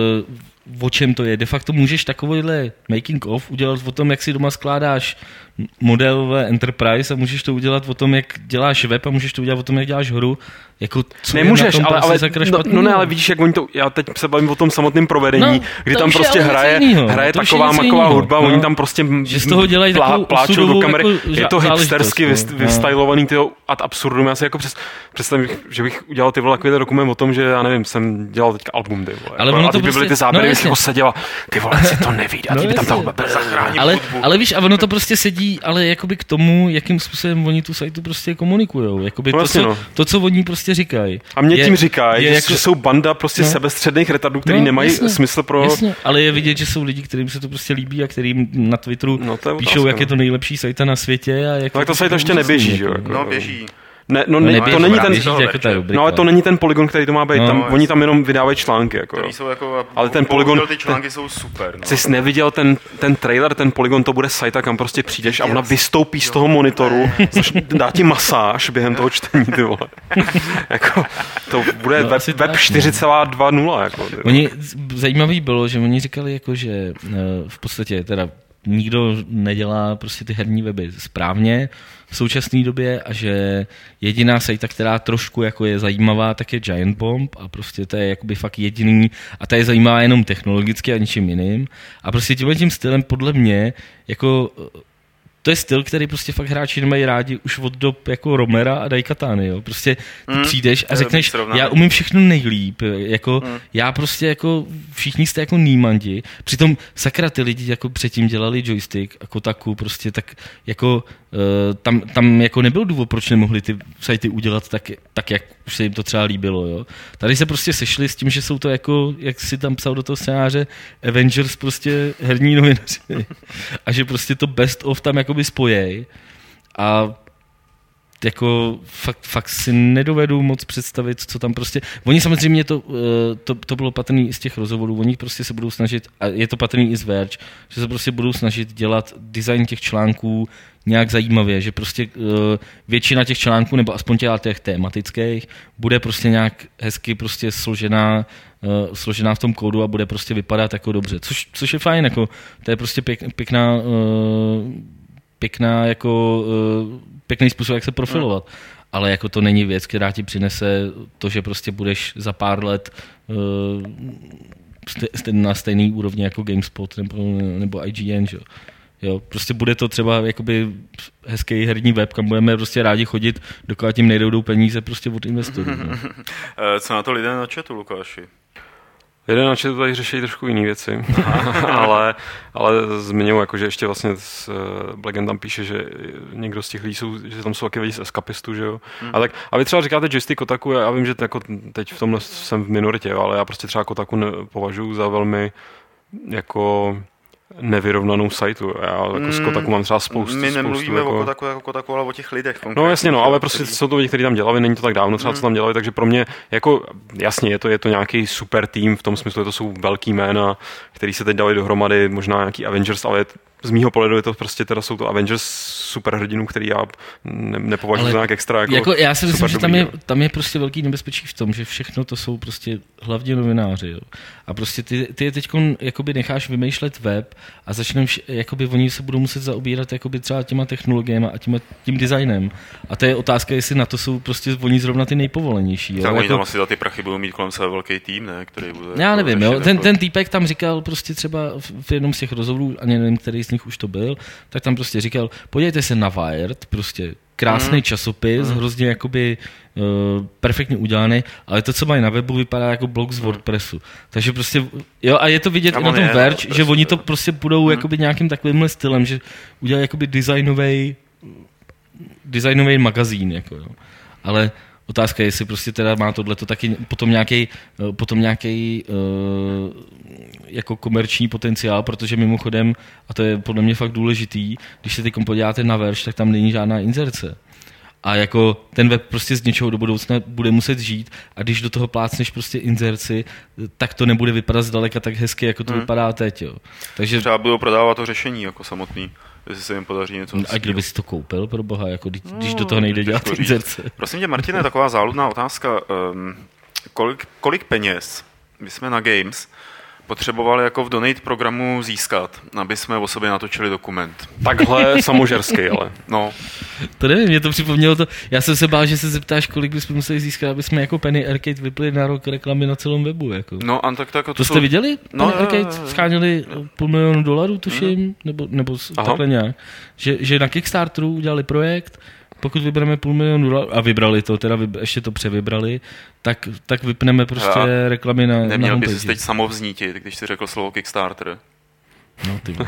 uh, o čem to je. De facto můžeš takovýhle making of udělat o tom, jak si doma skládáš modelové Enterprise a můžeš to udělat o tom, jak děláš web a můžeš to udělat o tom, jak děláš hru. Jako, co nemůžeš, ale, ale no, no ne, ale vidíš, jak oni to, já teď se bavím o tom samotném provedení, no, kdy tam prostě hraje, hraje taková maková hudba, no. Oni tam prostě že z toho dělají plá, pláčou do kamery, jako je to hipstersky no. vystylovaný tyho ad absurdum, já si jako přes, představím, že bych udělal ty vole takový dokument o tom, že já nevím, jsem dělal teďka album, ty vole, ale jako, a ty by prostě, byly ty záběry, když ho seděla, ty vole, si to nevíde, a ty by tam ta hudba zachránil hudbu. Ale víš, a ono to prostě sedí, ale jakoby k tomu, jakým způsobem oni tu sajtu prostě komunikujou, jakoby to, co oni prostě říkají. Mě je, tím říkají, že, jako, že jsou banda prostě no, sebestředných retardů, který no, nemají jasně, smysl pro... Jasně, ale je vidět, že jsou lidi, kterým se to prostě líbí a kterým na Twitteru no, píšou, otázka, jak je to nejlepší sajta na světě. A jak no, tak to sajt ještě neběží, že jo? No, běží. Ne, no, ne, neběží, to není ten, běží, jako ta rubrika. No, ale to není ten Polygon, který to má být. No, tam, oni tam jenom vydávají články. Jako, jsou jako, ale ten Polygon, ty články jsou super. No. Jsi neviděl ten, ten trailer, ten Polygon, to bude sajta, kam prostě přijdeš a ona vystoupí z toho monitoru, dá ti masáž během toho čtení, ty vole. Jako, to bude no, web, web čtyři tečka dva nula. Jako, oni, zajímavý bylo, že oni říkali, jako, že v podstatě teda nikdo nedělá prostě ty herní weby správně v současné době a že jediná sajta, která trošku jako je zajímavá, tak je Giant Bomb a prostě to je jakoby fakt jediný a ta je zajímavá jenom technologicky a ničím jiným a prostě tímhle tím stylem podle mě jako to je styl, který prostě fakt hráči nemají rádi už od dob jako Romera a Daikatany, jo. Prostě ty mm, přijdeš a řekneš, já umím všechno nejlíp, jako mm. já prostě jako všichni jste jako nímandi, přitom sakra ty lidi jako předtím dělali joystick a Kotaku prostě tak jako uh, tam, tam jako nebyl důvod, proč nemohli ty sajty udělat tak, tak, jak už se jim to třeba líbilo, jo. Tady se prostě sešli s tím, že jsou to jako, jak si tam psal do toho scénáře, Avengers prostě herní novinaři a že prostě to best of tam jakoby spojej a jako fakt, fakt si nedovedu moc představit, co tam prostě... Oni samozřejmě to, to, to bylo patrný i z těch rozhovorů, oni prostě se budou snažit, a je to patrný i z Verge, že se prostě budou snažit dělat design těch článků nějak zajímavě, že prostě uh, většina těch článků, nebo aspoň těch tematických, bude prostě nějak hezky prostě složená, uh, složená v tom kódu a bude prostě vypadat jako dobře, což, což je fajn, jako to je prostě pěk, pěkná uh, pěkná jako uh, pěkný způsob, jak se profilovat. Hmm. Ale jako to není věc, která ti přinese to, že prostě budeš za pár let uh, na stejný úrovni jako GameSpot nebo, nebo I G N, že? Jo, prostě bude to třeba jakoby hezký herní web, kam budeme prostě rádi chodit, dokud tím nejdou peníze prostě od investorů. No. Co na to lidé na chatu, Lukáši? Lidé na chatu tady řeší trošku jiné věci, ale, ale zmiňuji, jako, že ještě vlastně s, Black End tam píše, že někdo z těch lidí jsou, že tam jsou taky lidi z eskapistů, že jo. Hmm. A, tak, a vy třeba říkáte joystick Kotaku, já vím, že jako teď v tomhle jsem v minoritě, ale já prostě třeba Kotaku považuji za velmi jako nevyrovnanou sajtu. Já jako z Kotaku mám třeba spoustu. My nemluvíme spoustu, jako... o Kotaku jako Kotaku, ale o těch lidech. No jasně, no, ale prostě jsou to lidi, kteří tam dělali, není to tak dávno třeba, co tam dělali, takže pro mě, jako jasně, je to, je to nějaký super tým, v tom smyslu, že to jsou velký jména, který se teď dali dohromady, možná nějaký Avengers, ale z mýho pohledu je to prostě teda jsou to Avengers superhrdinů, který já ne, nepovažuji za nějak extra jako, jako já si myslím, že tam je, dobrý, tam je prostě velký nebezpečí v tom, že všechno to jsou prostě hlavně novináři. Jo. A prostě ty, ty je teď jakoby necháš vymýšlet web a začneš, jakoby oni se budou muset zaobírat jakoby třeba těma technologiemi a těma, tím designem. A to je otázka, jestli na to jsou prostě oni zrovna ty nejpovolenější. Jo. Tak jako, oni tam asi za ty prachy budou mít kolem sebe velký tým, ne? Který bude... Já jako nevím, jo. Ten, jako... ten týpek tam říkal prostě třeba v jednom z těch rozhovorů, ani nevím, který z nich už to byl, tak tam prostě říkal, podívejte se na Wired, prostě krásný mm. časopis, mm. hrozně jakoby uh, perfektně udělaný, ale to, co mají na webu, vypadá jako blog z WordPressu. Takže prostě, jo, a je to vidět i na tom je, Verge, že oni to prostě budou mm. jakoby nějakým takovýmhle stylem, že udělají jakoby designový designový magazín, jako jo. Ale otázka je, jestli prostě teda má tohleto taky potom nějaký potom nějaký uh, jako komerční potenciál, protože mimochodem, a to je podle mě fakt důležitý, když se teď podíváte na Verge, tak tam není žádná inzerce. A jako ten web prostě z něčeho do budoucna bude muset žít a když do toho plácneš prostě inzerci, tak to nebude vypadat zdaleka tak hezky, jako to hmm. vypadá teď. Jo. Takže třeba budou prodávat to řešení jako samotný, jestli se jim podaří něco. A kdo by si to koupil, pro boha, jako když, no, když do toho nejde dělat inzerce. Prosím tě, Martine, taková záludná otázka. Um, kolik, kolik peněz my jsme na Games potřebovali jako v Donate programu získat, aby jsme o sobě natočili dokument? Takhle samožerský, ale. No. To nevím, mě to připomnělo to. Já jsem se bál, že se zeptáš, kolik bychom museli získat, aby jsme jako Penny Arcade vypli na rok reklamy na celém webu. Jako. No, a tak, tak, to, to jste jsou... viděli? No, Penny Arcade scháněli půl milionu dolarů, tuším, mm. nebo, nebo takhle nějak. Že, že na Kickstarteru udělali projekt, pokud vybereme půl milionu dolarů, a vybrali to, teda vybr, ještě to převybrali, tak, tak vypneme prostě a reklamy na homepage. Neměl bys teď samovznítit, když jsi řekl slovo Kickstarter. No, ty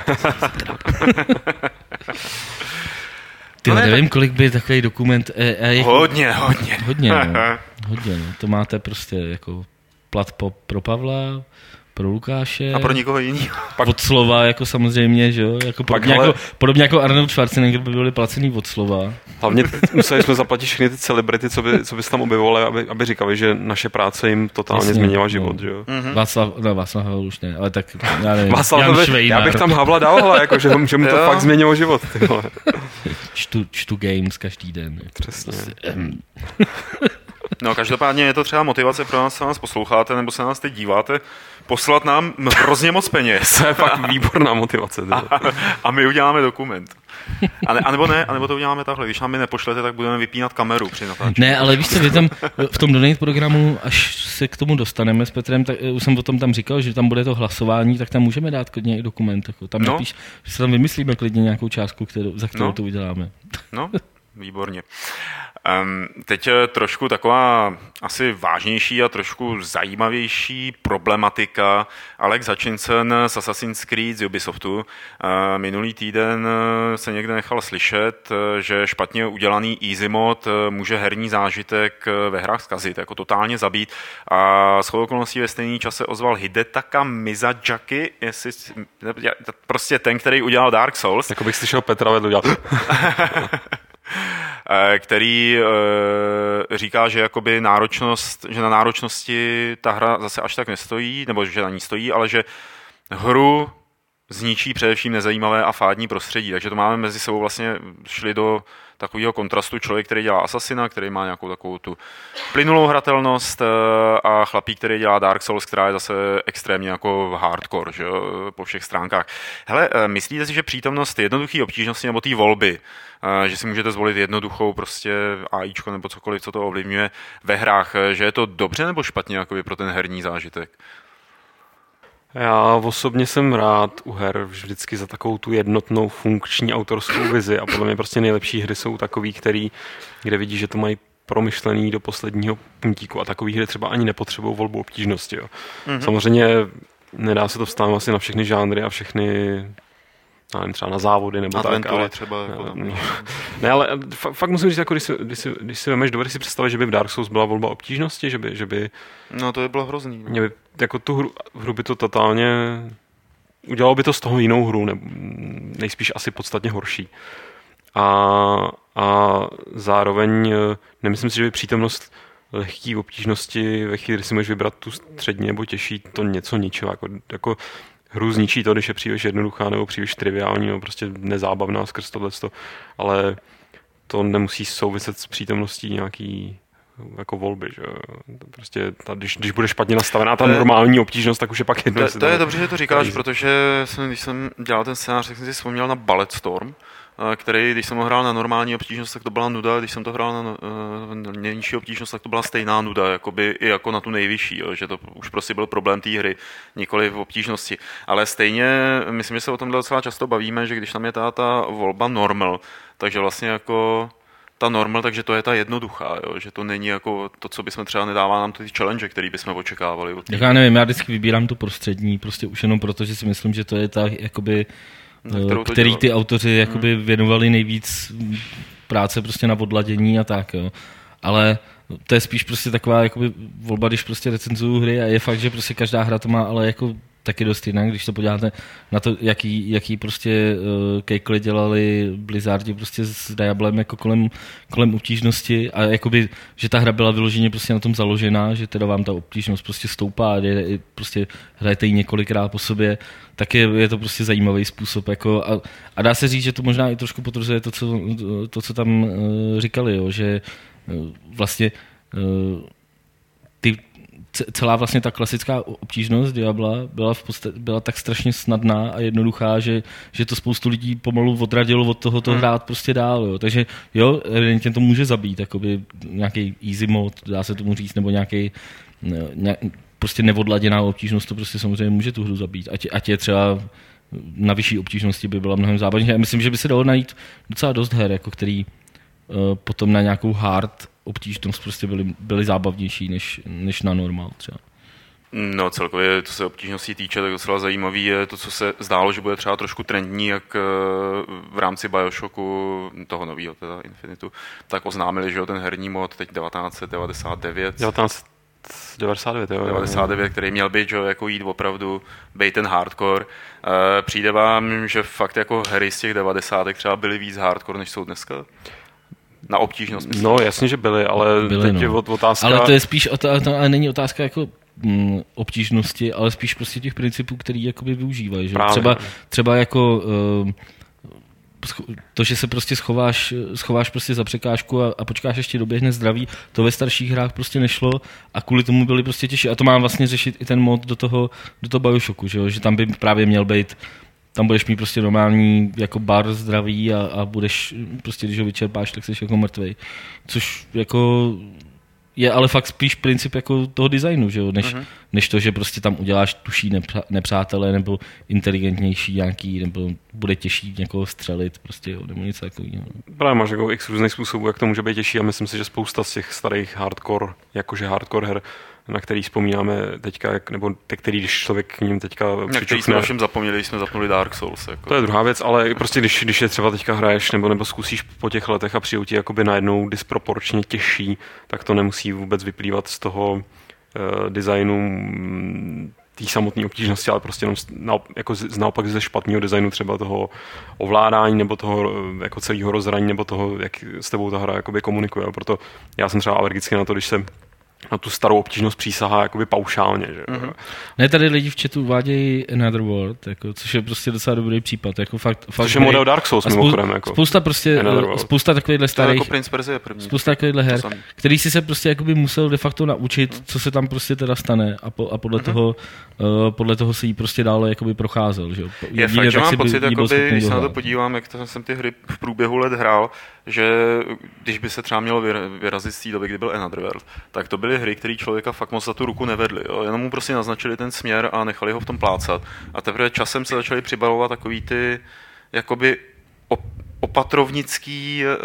Ty, no ne, nevím, tak... kolik by takový dokument... E, e, jako... Hodně, hodně. Hodně, no. Hodně, no. To máte prostě jako plat po, pro Pavla, pro Lukáše. A pro nikoho jiného. Od slova, jako samozřejmě, že jo? Jako podobně, hele... jako, podobně jako Arnold Schwarzenegger by byli placený od slova. Hlavně museli jsme zaplatit všechny ty celebrity, co by, co by se tam objevovali, aby, aby říkali, že naše práce jim totálně Jasně, změnila život, no. Že jo? Mm-hmm. Václav, no Václav Havel už ne, ale tak já nevím. Václav Havel, já bych tam Havla dal, ale jako, že, že mu to fakt změnilo život. Ty vole. čtu, čtu games každý den. Přesně. No, každopádně je to třeba motivace pro nás, co nás posloucháte, nebo se nás teď díváte, poslat nám hrozně moc peněz. To je fakt výborná motivace. A, a my uděláme dokument. A, ne, a nebo ne, a nebo to uděláme takhle. Když nám mi nepošlete, tak budeme vypínat kameru při natáčení. Ne, ale víš co, vy tam v tom Donate programu, až se k tomu dostaneme s Petrem, tak už jsem o tom tam říkal, že tam bude to hlasování, tak tam můžeme dát klidně i dokument. Jako. Tam no. napíš, že se tam vymyslíme klidně nějakou částku, kterou, za kterou no. to uděláme. No, výborně. Um, teď trošku taková asi vážnější a trošku zajímavější problematika. Alex Hutchinson z Assassin's Creed z Ubisoftu uh, minulý týden se někde nechal slyšet, že špatně udělaný easy mod může herní zážitek ve hrách zkazit, jako totálně zabít. A shodou okolností ve stejný čase ozval Hidetaka Miyazaki, jestli, prostě ten, který udělal Dark Souls. Jako bych slyšel Petra Vedlu dělat. který e, říká, že jakoby náročnost, že na náročnosti ta hra zase až tak nestojí, nebo že na ní stojí, ale že hru zničí především nezajímavé a fádní prostředí. Takže to máme mezi sebou vlastně šli do takového kontrastu člověk, který dělá Assassina, který má nějakou takovou tu plynulou hratelnost a chlapík, který dělá Dark Souls, která je zase extrémně jako hardcore, že jo, po všech stránkách. Hele, myslíte si, že přítomnost jednoduché obtížnosti nebo té volby, že si můžete zvolit jednoduchou prostě AIčko nebo cokoliv, co to ovlivňuje ve hrách, že je to dobře nebo špatně jakoby pro ten herní zážitek? Já osobně jsem rád u her vždycky za takovou tu jednotnou funkční autorskou vizi a podle mě prostě nejlepší hry jsou takový, který, kde vidíš, že to mají promyšlený do posledního puntíku a takový hry třeba ani nepotřebují volbu obtížnosti. Jo. Mm-hmm. Samozřejmě nedá se to vztáhnout asi na všechny žánry a všechny, nevím, třeba na závody nebo Adventury tak, ale třeba. Jako tam. Ne, ne, ale fakt, fakt musím říct, jako když si, když si, když si vemeš, dovedeš si představit, že by v Dark Souls byla volba obtížnosti, že by, že by no to by bylo hrozný. Mě by, jako tu hru, hru by to totálně udělalo by to z toho jinou hru, ne, nejspíš asi podstatně horší. A, a zároveň nemyslím si, že by přítomnost lehký obtížnosti ve chvíli, kdy si můžeš vybrat tu střední nebo těžší, to něco ničilo. Jako, jako hru zničí to, když je příliš jednoduchá nebo příliš triviální nebo prostě nezábavná skrz tohleto, ale to nemusí souviset s přítomností nějaký jako volby, že prostě ta, když, když bude špatně nastavená ta normální obtížnost, tak už je pak jedno. To, to je dobře, že to říkáš, tady. Protože jsem, když jsem dělal ten scénář, tak jsem si vzpomněl na Bulletstorm, který, když jsem ho hrál na normální obtížnost, tak to byla nuda, když jsem to hrál na uh, nejnižší obtížnost, tak to byla stejná nuda, jakoby, i jako na tu nejvyšší, jo, že to už prostě byl problém té hry, nikoli v obtížnosti. Ale stejně, myslím, že se o tom docela často bavíme, že když tam je ta, ta volba normal, takže vlastně jako ta normal, takže to je ta jednoduchá, jo, že to není jako to, co bychom třeba nedává nám ty challenge, který bychom očekávali. Od já nevím, já vždycky vybírám tu prostřední, prostě už jenom proto, že si myslím, že to je ta, jakoby, který ty autoři jakoby věnovali nejvíc práce prostě na odladění a tak, jo. Ale to je spíš prostě taková jakoby volba, když prostě recenzuju hry a je fakt, že prostě každá hra to má ale jako taky dost jinak, když to podíváte na to, jaký, jaký prostě uh, kejkly dělali Blizzardi prostě s Diablem jako kolem, kolem obtížnosti a jakoby, že ta hra byla vyloženě prostě na tom založená, že teda vám ta obtížnost prostě stoupá, je, prostě hrajete ji několikrát po sobě, tak je, je to prostě zajímavý způsob jako a, a dá se říct, že to možná i trošku potvrzuje to, co, to, co tam uh, říkali, jo, že uh, vlastně uh, ty celá vlastně ta klasická obtížnost Diabla byla, v podstatě, byla tak strašně snadná a jednoduchá, že, že to spoustu lidí pomalu odradilo od toho to hrát prostě dál. Jo. Takže jo, evidentně to může zabít, jakoby nějaký easy mode, dá se tomu říct, nebo nějaký nějak, prostě neodladěná obtížnost, to prostě samozřejmě může tu hru zabít. Ať, ať je třeba na vyšší obtížnosti by byla mnohem zábavnější. Já myslím, že by se dalo najít docela dost her, jako který uh, potom na nějakou hard obtížnost prostě byly, byly zábavnější než, než na normál třeba. No celkově, co se obtížností týče, tak docela zajímavý je to, co se zdálo, že bude třeba trošku trendní, jak v rámci Bioshocku, toho nového teda Infinitu, tak oznámili, že jo, ten herní mod teď devatenáct set devadesát devět. devatenáct set devadesát devět, jo. devadesát devět, který měl být, že jo, jako jít opravdu, bejt ten hardcore. Přijde vám, že fakt jako hry z těch devadesátek třeba byly víc hardcore, než jsou dneska? Na obtížnost, myslím. No, jasně, že byly, ale byly, teď no. je otázka... Ale to je spíš, to, to ale není otázka jako mm, obtížnosti, ale spíš prostě těch principů, který jakoby využívají. Že? Třeba, třeba jako uh, to, že se prostě schováš, schováš prostě za překážku a, a počkáš, ještě doběhne zdraví, to ve starších hrách prostě nešlo a kvůli tomu byly prostě těžší. A to má vlastně řešit i ten mod do toho, do toho Bioshocku, že, že tam by právě měl být. Tam budeš mít prostě normální jako bar zdraví a, a budeš prostě, když ho vyčerpáš, tak jsi jako mrtvej. Což jako je ale fakt spíš princip jako toho designu, že jo? Než, uh-huh. než to, že prostě tam uděláš tuší nepřá, nepřátele nebo inteligentnější nějaký, nebo bude těžší někoho střelit, prostě, jo? Nebo něco takového. Právě máš jako x různých způsobů, jak to může být těžší a myslím si, že spousta z těch starých hardcore, jakože hardcore her, na který vzpomínáme teďka, nebo te, který, když člověk k ním teďka přičukne. Který jsme všem zapomněli, když jsme zapnuli Dark Souls. Jako. To je druhá věc, ale prostě když, když je třeba teďka hraješ nebo, nebo zkusíš po těch letech a přijde ti jakoby najednou disproporčně těžší, tak to nemusí vůbec vyplývat z toho uh, designu té samotné obtížnosti, ale prostě jenom na, jako z, naopak ze špatného designu třeba toho ovládání nebo toho jako celého rozhraní nebo toho, jak s tebou ta hra jakoby komunikuje. Proto já jsem třeba alergický na to, když se na tu starou obtížnost přísahá jakoby paušálně. Že? Mm-hmm. Ne, tady lidi v chatu uvádějí Another World, jako, což je prostě docela dobrý případ. Jako fakt, fakt což je model Dark Souls mimochodem. Jako. Spousta prostě, spousta takovýchhle starých, jako Prince Persia první. Spousta takovýchhle her, který si se prostě jakoby musel de facto naučit, mm. co se tam prostě teda stane a, po, a podle, mm-hmm. toho, uh, podle toho se jí prostě dále jakoby procházel. Že? Je Jedině, fakt, že mám pocit, jakoby, když se na to podívám, jak to jsem ty hry v průběhu let hrál, že když by se třeba mělo vyrazit z té doby, kdy byl Another World, tak to byly byly hry, které člověka fakt moc za tu ruku nevedly. Jo? Jenom mu prostě naznačili ten směr a nechali ho v tom plácat. A teprve časem se začaly přibalovat takový ty jakoby opatrovnický e,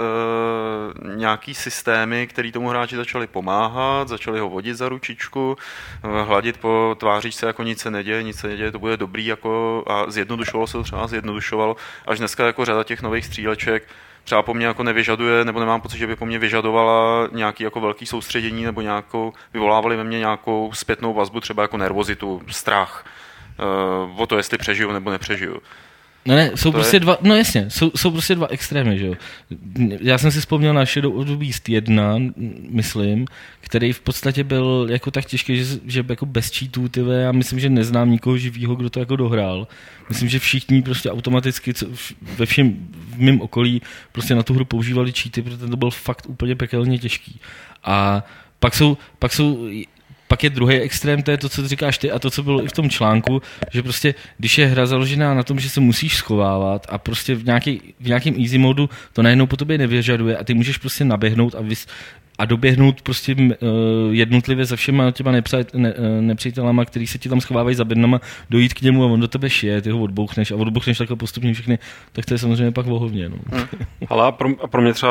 nějaký systémy, který tomu hráči začali pomáhat, začali ho vodit za ručičku, hladit po tváříčce, jako nic se neděje, nic se neděje, to bude dobrý, jako, a zjednodušovalo se to třeba, zjednodušovalo, až dneska jako řada těch nových stříleček třeba po mně jako nevyžaduje, nebo nemám pocit, že by po mně vyžadovala nějaký jako velký soustředění, nebo nějakou, vyvolávali ve mně nějakou zpětnou vazbu, třeba jako nervozitu, strach, e, o to, jestli přežiju nebo nepřežiju. No ne, jsou to prostě je... dva, no jasně, jsou, jsou prostě dva extrémy, že jo. Já jsem si vzpomněl na Shadow of the Beast jedna, myslím, který v podstatě byl jako tak těžký, že, že jako bez cheatů, tyve, já myslím, že neznám nikoho živýho, kdo to jako dohrál. Myslím, že všichni prostě automaticky co, ve všem v mém okolí prostě na tu hru používali cheaty, protože to byl fakt úplně pekelně těžký. A pak jsou, pak jsou Pak je druhý extrém, to je to, co říkáš ty a to, co bylo i v tom článku, že prostě, když je hra založená na tom, že se musíš schovávat a prostě v, nějaký, v nějakém easy modu to najednou po tobě nevyžaduje a ty můžeš prostě naběhnout a, vys, a doběhnout prostě uh, jednotlivě za všema těma nepřát, ne, nepřítelama, který se ti tam schovávají za bednama, dojít k němu a on do tebe šije, ty ho odbouchneš a odbouchneš takhle postupně všechny, tak to je samozřejmě pak vohovně. No. Hmm. Ale a pro, a pro mě třeba,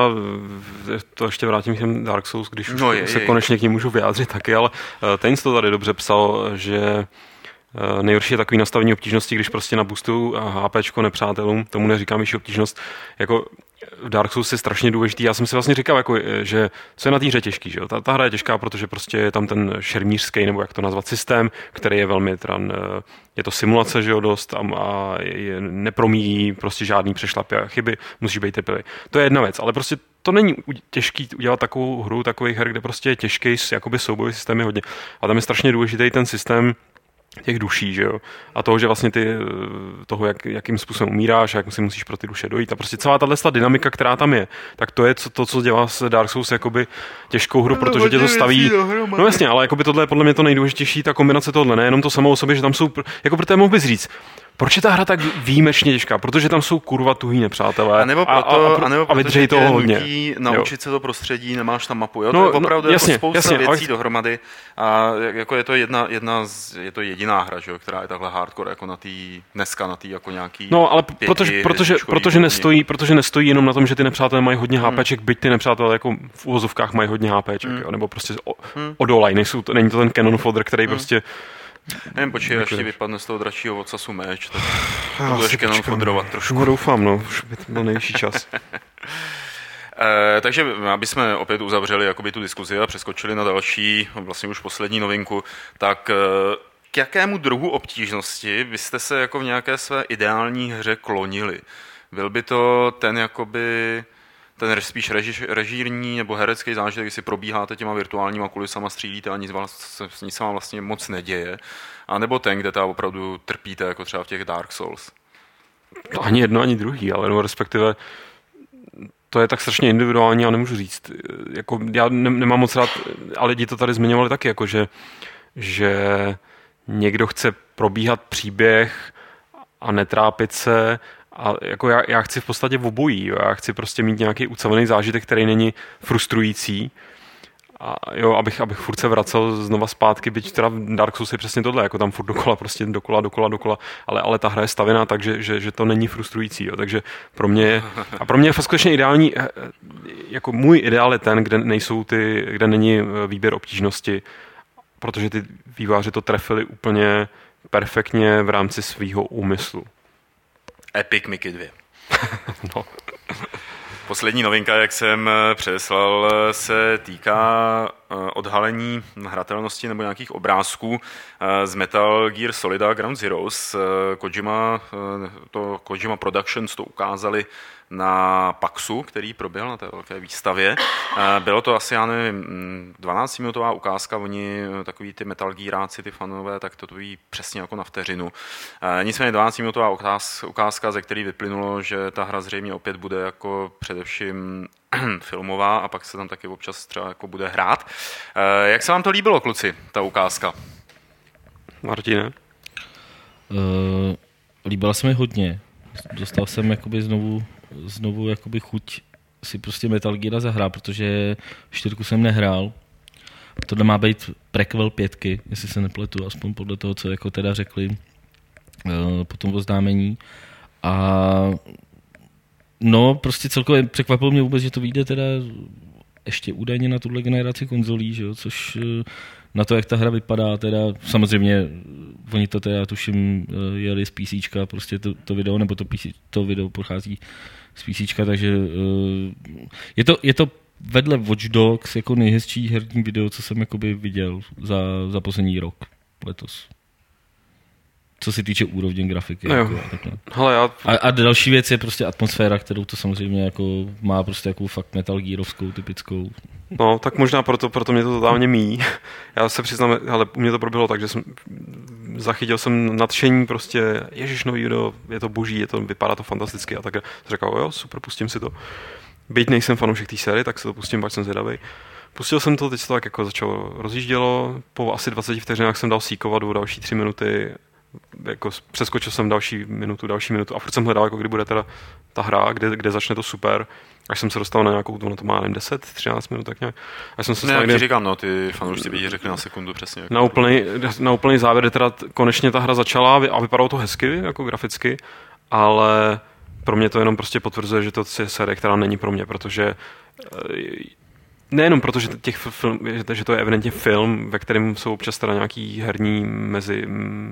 to ještě vrátím k těm Dark Souls, když no je, se je. konečně k ním můžu vyjádřit taky, ale ten to tady dobře psal, že nejhorší je takový nastavení obtížnosti, když prostě na boostu HPčko nepřátelům, tomu neříkám vyšší obtížnost, jako v Dark Souls je strašně důležitý. Já jsem si vlastně říkal, jako, že co je na té hře těžký. Že jo? Ta, ta hra je těžká, protože prostě je tam ten šermířský, nebo jak to nazvat, systém, který je velmi, teda, je to simulace, že jo, dost a, a je, nepromíjí prostě žádný přešlapy a chyby, musí být trpělivý. To je jedna věc, ale prostě to není těžký udělat takovou hru, takových her, kde prostě je těžký, jakoby soubojový systém je hodně. A tam je strašně důležitý ten systém těch duší, že jo. A toho, že vlastně ty toho, jak, jakým způsobem umíráš, jak si musíš pro ty duše dojít. A prostě celá tato dynamika, která tam je, tak to je to, co dělá s Dark Souls jakoby těžkou hru, protože tě to staví. No jasně, ale jakoby tohle je podle mě to nejdůležitější, ta kombinace tohle, nejenom to samo o sobě, že tam jsou, jako protože mohl bys říct, proč je ta hra tak výjimečně těžká? Protože tam jsou kurva tuhý nepřátelé. A nebo proto, a, a, a, nebo a vydržej toho hodně. Naučit jo. se to prostředí, nemáš tam mapu. Jo? No, to je opravdu no, jasně, jako spousta jasně, věcí ale... dohromady. A jako je to jedna, jedna z, je to jediná hra, že jo, která je takhle hardcore, jako na tý, dneska na tý jako nějaký No, ale pěti, protože, protože, protože, nestojí, protože nestojí jenom na tom, že ty nepřátelé mají hodně hmm. HPček, byť ty nepřátelé jako v uvozovkách mají hodně HPček, hmm. jo? Nebo prostě o, hmm. odolaj. Nejsou to, není to ten cannon fodder, který hmm. prostě nevím, počkej, až ti vypadne z toho dračího ocasu meč, tak to budeš jenom fodrovat trošku. No doufám, no, už by to byl nejvyšší čas. e, takže aby jsme opět uzavřeli jakoby tu diskuzi a přeskočili na další, vlastně už poslední novinku, tak k jakému druhu obtížnosti byste se jako v nějaké své ideální hře klonili? Byl by to ten jakoby ten spíš reži, režírní nebo herecký zážitek, kdy si probíháte těma virtuálníma kulisama, střílíte a nic, vás, nic se vám vlastně moc neděje, a nebo ten, kde ta opravdu trpíte, jako třeba v těch Dark Souls? To ani jedno, ani druhý, ale no, respektive to je tak strašně individuální a nemůžu říct. Jako, já ne, nemám moc rád, ale lidi to tady zmiňovali taky, jako že, že někdo chce probíhat příběh a netrápit se. A jako já, já chci v podstatě v obojí, jo. Já chci prostě mít nějaký ucelený zážitek, který není frustrující. A jo, abych, abych furt se vracel znova zpátky, byť teda v Dark Souls je přesně tohle, jako tam furt dokola, prostě dokola, dokola, dokola, ale, ale ta hra je stavěná tak, že, že, že to není frustrující, jo. Takže pro mě je, a pro mě je fakt skutečně ideální, jako můj ideál je ten, kde nejsou ty, kde není výběr obtížnosti, protože ty vývojáři to trefili úplně perfektně v rámci svýho úmyslu. Epic Mickey dva. No. Poslední novinka, jak jsem předeslal, se týká odhalení hratelnosti nebo nějakých obrázků z Metal Gear Solid Ground Zeroes. Kojima, to Kojima Productions to ukázali na PAXu, který proběhl na té velké výstavě. Bylo to asi, já nevím, dvanáctiminutová ukázka, oni takový ty Metal Gearáci, ty fanové, tak to ví přesně jako na vteřinu. Nicméně dvanáctiminutová ukázka, ze který vyplynulo, že ta hra zřejmě opět bude jako především filmová a pak se tam taky občas třeba jako bude hrát. Jak se vám to líbilo, kluci, ta ukázka? Martine? Uh, líbila se mi hodně. Dostal jsem jakoby znovu, znovu jakoby chuť si prostě Metal Gear zahrát, protože čtyřku jsem nehrál. tohle má být prequel pětky, jestli se nepletu, aspoň podle toho, co jako teda řekli uh, po tom oznámení. A no, prostě celkově překvapilo mě vůbec, že to vyjde teda ještě údajně na tuhle generaci konzolí, že jo? Což na to, jak ta hra vypadá, teda samozřejmě oni to teda tuším jeli z PCčka, prostě to, to video, nebo to, P C, to video pochází z PCčka, takže je to, je to vedle Watch Dogs jako nejhezčí herní video, co jsem jakoby viděl za, za poslední rok letos. Co se týče úrovně grafiky. No jako, Hele, já... a, a další věc je prostě atmosféra, kterou to samozřejmě jako má prostě jako fakt Metal Gearovskou, typickou. No, tak možná proto, proto mě to totálně míjí. Já se přiznám, ale u mě to proběhlo tak, že jsem zachytil jsem nadšení prostě, ježiš, nový video, je to boží, je to, vypadá to fantasticky a tak řekl, jo, super, pustím si to. Byť nejsem fanoušek té série, tak se to pustím, pak jsem zvědavej. Pustil jsem to, teď se to tak jako začalo rozjíždělo, po asi dvaceti vteřinách jsem dal síkovat o další tři minuty, jako přeskočil jsem další minutu, další minutu a furt jsem hledal, jako kdy bude teda ta hra, kde, kde začne to super, až jsem se dostal na nějakou, ono to má nevím, deset třináct minut, tak nějak. Až jsem se ne, jak někde... říkám, no, ty fanoušci by ti řekli na sekundu přesně. Na úplný, na úplný závěr, kde teda konečně ta hra začala a vypadalo to hezky, jako graficky, ale pro mě to jenom prostě potvrzuje, že to je série, která není pro mě, protože nejenom proto, že, těch film, že to je evidentně film, ve kterém jsou občas teda nějaký herní mezi,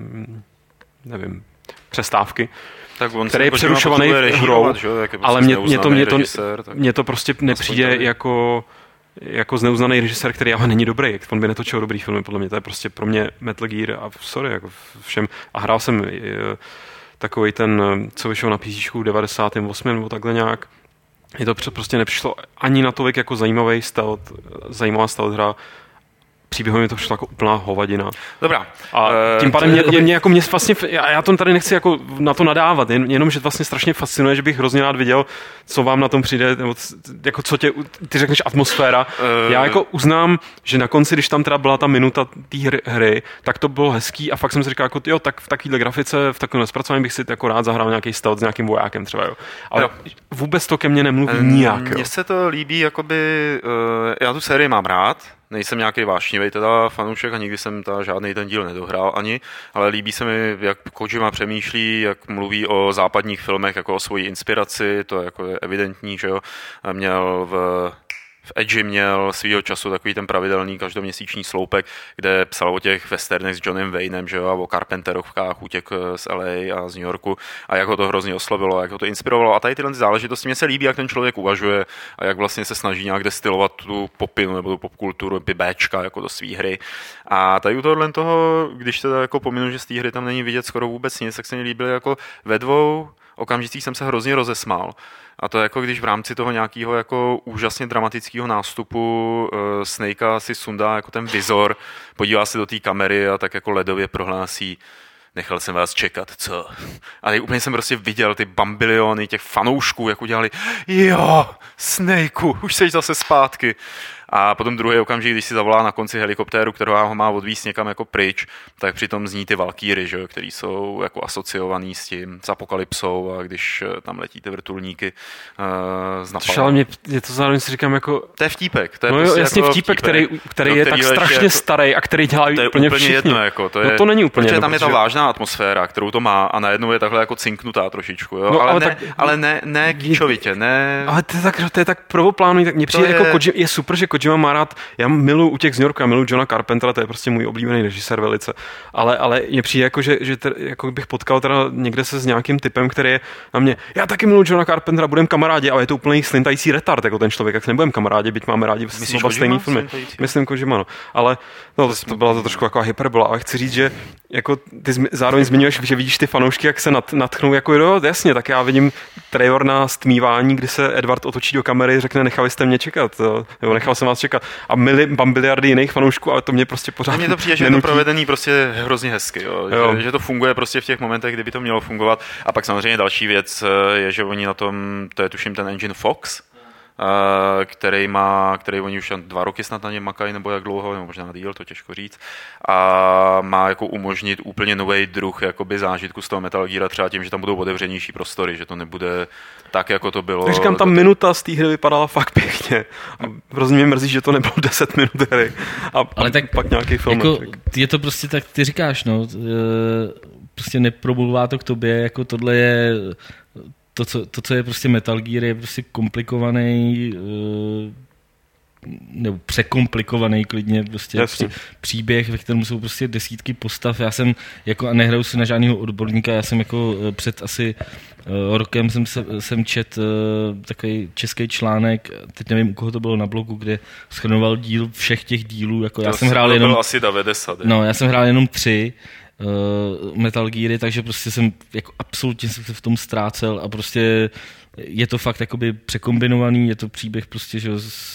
nevím, přestávky, tak on který je přerušovaný hrou, ale mě, mě, to, mě, to, režisér, tak... mě to prostě nepřijde jako, jako zneuznaný režisér, který ale není dobrý. On by netočil dobrý filmy, podle mě. To je prostě pro mě Metal Gear a sorry, jako všem. A hrál jsem takový ten, co vyšel na PCčku v devadesátém osmém nebo takhle nějak. Je to prostě nepřišlo ani na tolik jako zajímavý stealth, zajímavá stealth hra. Příběhově mi to přišlo jako úplná hovadina. Dobrá. A tím pádem mě, mě, mě, jako mě vlastně, já, já to tady nechci jako na to nadávat, jen, jenom, že vlastně strašně fascinuje, že bych hrozně rád viděl, co vám na tom přijde, nebo jako co tě, ty řekneš atmosféra. Uh, já jako uznám, že na konci, když tam teda byla ta minuta té hry, hry, tak to bylo hezký a fakt jsem si říkal, jako jo, tak v takovéhle grafice, v takovém zpracování bych si jako rád zahrál nějaký stealth s nějakým vojákem třeba, jo. Ale no. Vůbec to ke mně nemluví um, nijak, jo. Mně se to líbí, jakoby, uh, já tu sérii mám rád, nejsem nějaký vášnivý teda fanoušek a nikdy jsem ta žádný ten díl nedohrál ani, ale líbí se mi, jak Kojima přemýšlí, jak mluví o západních filmech jako o svoji inspiraci, to jako je evidentní, že jo. Měl v V Edge měl svýho času takový ten pravidelný každoměsíční sloupek, kde psal o těch westernech s Johnem Waynem, že jo, a o Carpenterovkách, útěk z L A a z New Yorku a jak ho to hrozně oslovilo, jak ho to inspirovalo. A tady tyhle záležitosti mě se líbí, jak ten člověk uvažuje a jak vlastně se snaží nějak destilovat tu popinu nebo tu popkulturu, Béčka jako do svý hry. A tady u tohohle toho, když teda jako pominu, že z té hry tam není vidět skoro vůbec nic, tak se mi líbilo jako ve dvou okamžicích jsem se hrozně rozesmál. A to jako když v rámci toho nějakého jako úžasně dramatického nástupu uh, Snakea si sundá jako ten vizor, podívá se do té kamery a tak jako ledově prohlásí: nechal jsem vás čekat, co? A tady úplně jsem prostě viděl ty bambiliony těch fanoušků, jak udělali: jo, Snakeu, už seš zase zpátky. A potom druhý okamžik, když si zavolá na konci helikoptéru, kterou ho má odvízt někam jako pryč, tak přitom zní ty valkýry, že, který jsou jako asociovaný s tím, s apokalypsou, a když tam letí ty vrtulníky uh, z napala. Ale mě je to zároveň si říkám jako... To je vtípek. To je no prostě jo, jasně jako vtípek, který, který no, je tak strašně jako, starý a který dělají úplně, úplně všichni. Jedno, jako, to je, no to není úplně protože jedno, tam je ta protože... vážná atmosféra, kterou to má a najednou je takhle jako cinknutá trošičku. Jo? No, ale, ale, ne, tak... ale ne, ne kýčovitě, ne... Ale to je tak, to je tak prvoplánový, tak mně přijde je... jako Kojima, je super, že Kojima má rád, já miluji Útěk z New Yorku, já miluji Johna Carpentera, to je prostě můj oblíbený režisér velice, ale, ale mně přijde jako, že, že ter, jako bych potkal teda někde se s nějakým typem, který je na mě, já taky miluji Johna Carpentera, budem kamarádi, ale je to úplný slintající retard, jako ten člověk, jak se nebudem kamarádi, byť máme rádi oba stejný filmy. Myslím Kojima, no. Ale no, to, to byla to trošku jako hyperbola, ale chci říct, že jako ty zmi, zároveň zmiňuješ, že vidíš ty fanoušky, jak se nad, nadchnou, jako jo, jasně, tak já vidím trailer na stmívání, kdy se Edward otočí do kamery, řekne: nechali jste mě čekat, jo, nechal jsem vás čekat. A mili, bambiliardy jiných fanoušků, ale to mě prostě pořád mně to přijde, že je to provedený prostě hrozně hezky, jo. Jo. Že, že to funguje prostě v těch momentech, kdyby to mělo fungovat. A pak samozřejmě další věc je, že oni na tom, to je tuším ten engine Fox, který má, který oni už dva roky snad na něm makají, nebo jak dlouho, nebo možná díl, to těžko říct, a má jako umožnit úplně nový druh jakoby zážitku z toho Metal Gear, třeba tím, že tam budou otevřenější prostory, že to nebude tak, jako to bylo. Tak říkám, ta minuta z té hry vypadala fakt pěkně. A hrozně mě mrzí, že to nebylo deset minut hry. A ale tak pak nějaký film. Jako, je to prostě tak, ty říkáš, no, prostě nepromluvá to k tobě, jako tohle je to, co, to, co je prostě Metal Gear, je prostě komplikovaný, nebo překomplikovaný klidně prostě pří, příběh, ve kterém jsou prostě desítky postav. Já jsem, jako a nehraju si na žádného odborníka, já jsem jako před asi rokem jsem, jsem čet takový český článek, teď nevím, u koho to bylo na blogu, kde shrnoval díl všech těch dílů. Jako já jsem hrál jenom, asi devadesát. No, já jsem hrál jenom tři uh, Metal Geary, takže prostě jsem jako absolutně jsem se v tom ztrácel a prostě je to fakt jakoby překombinovaný, je to příběh prostě, že z,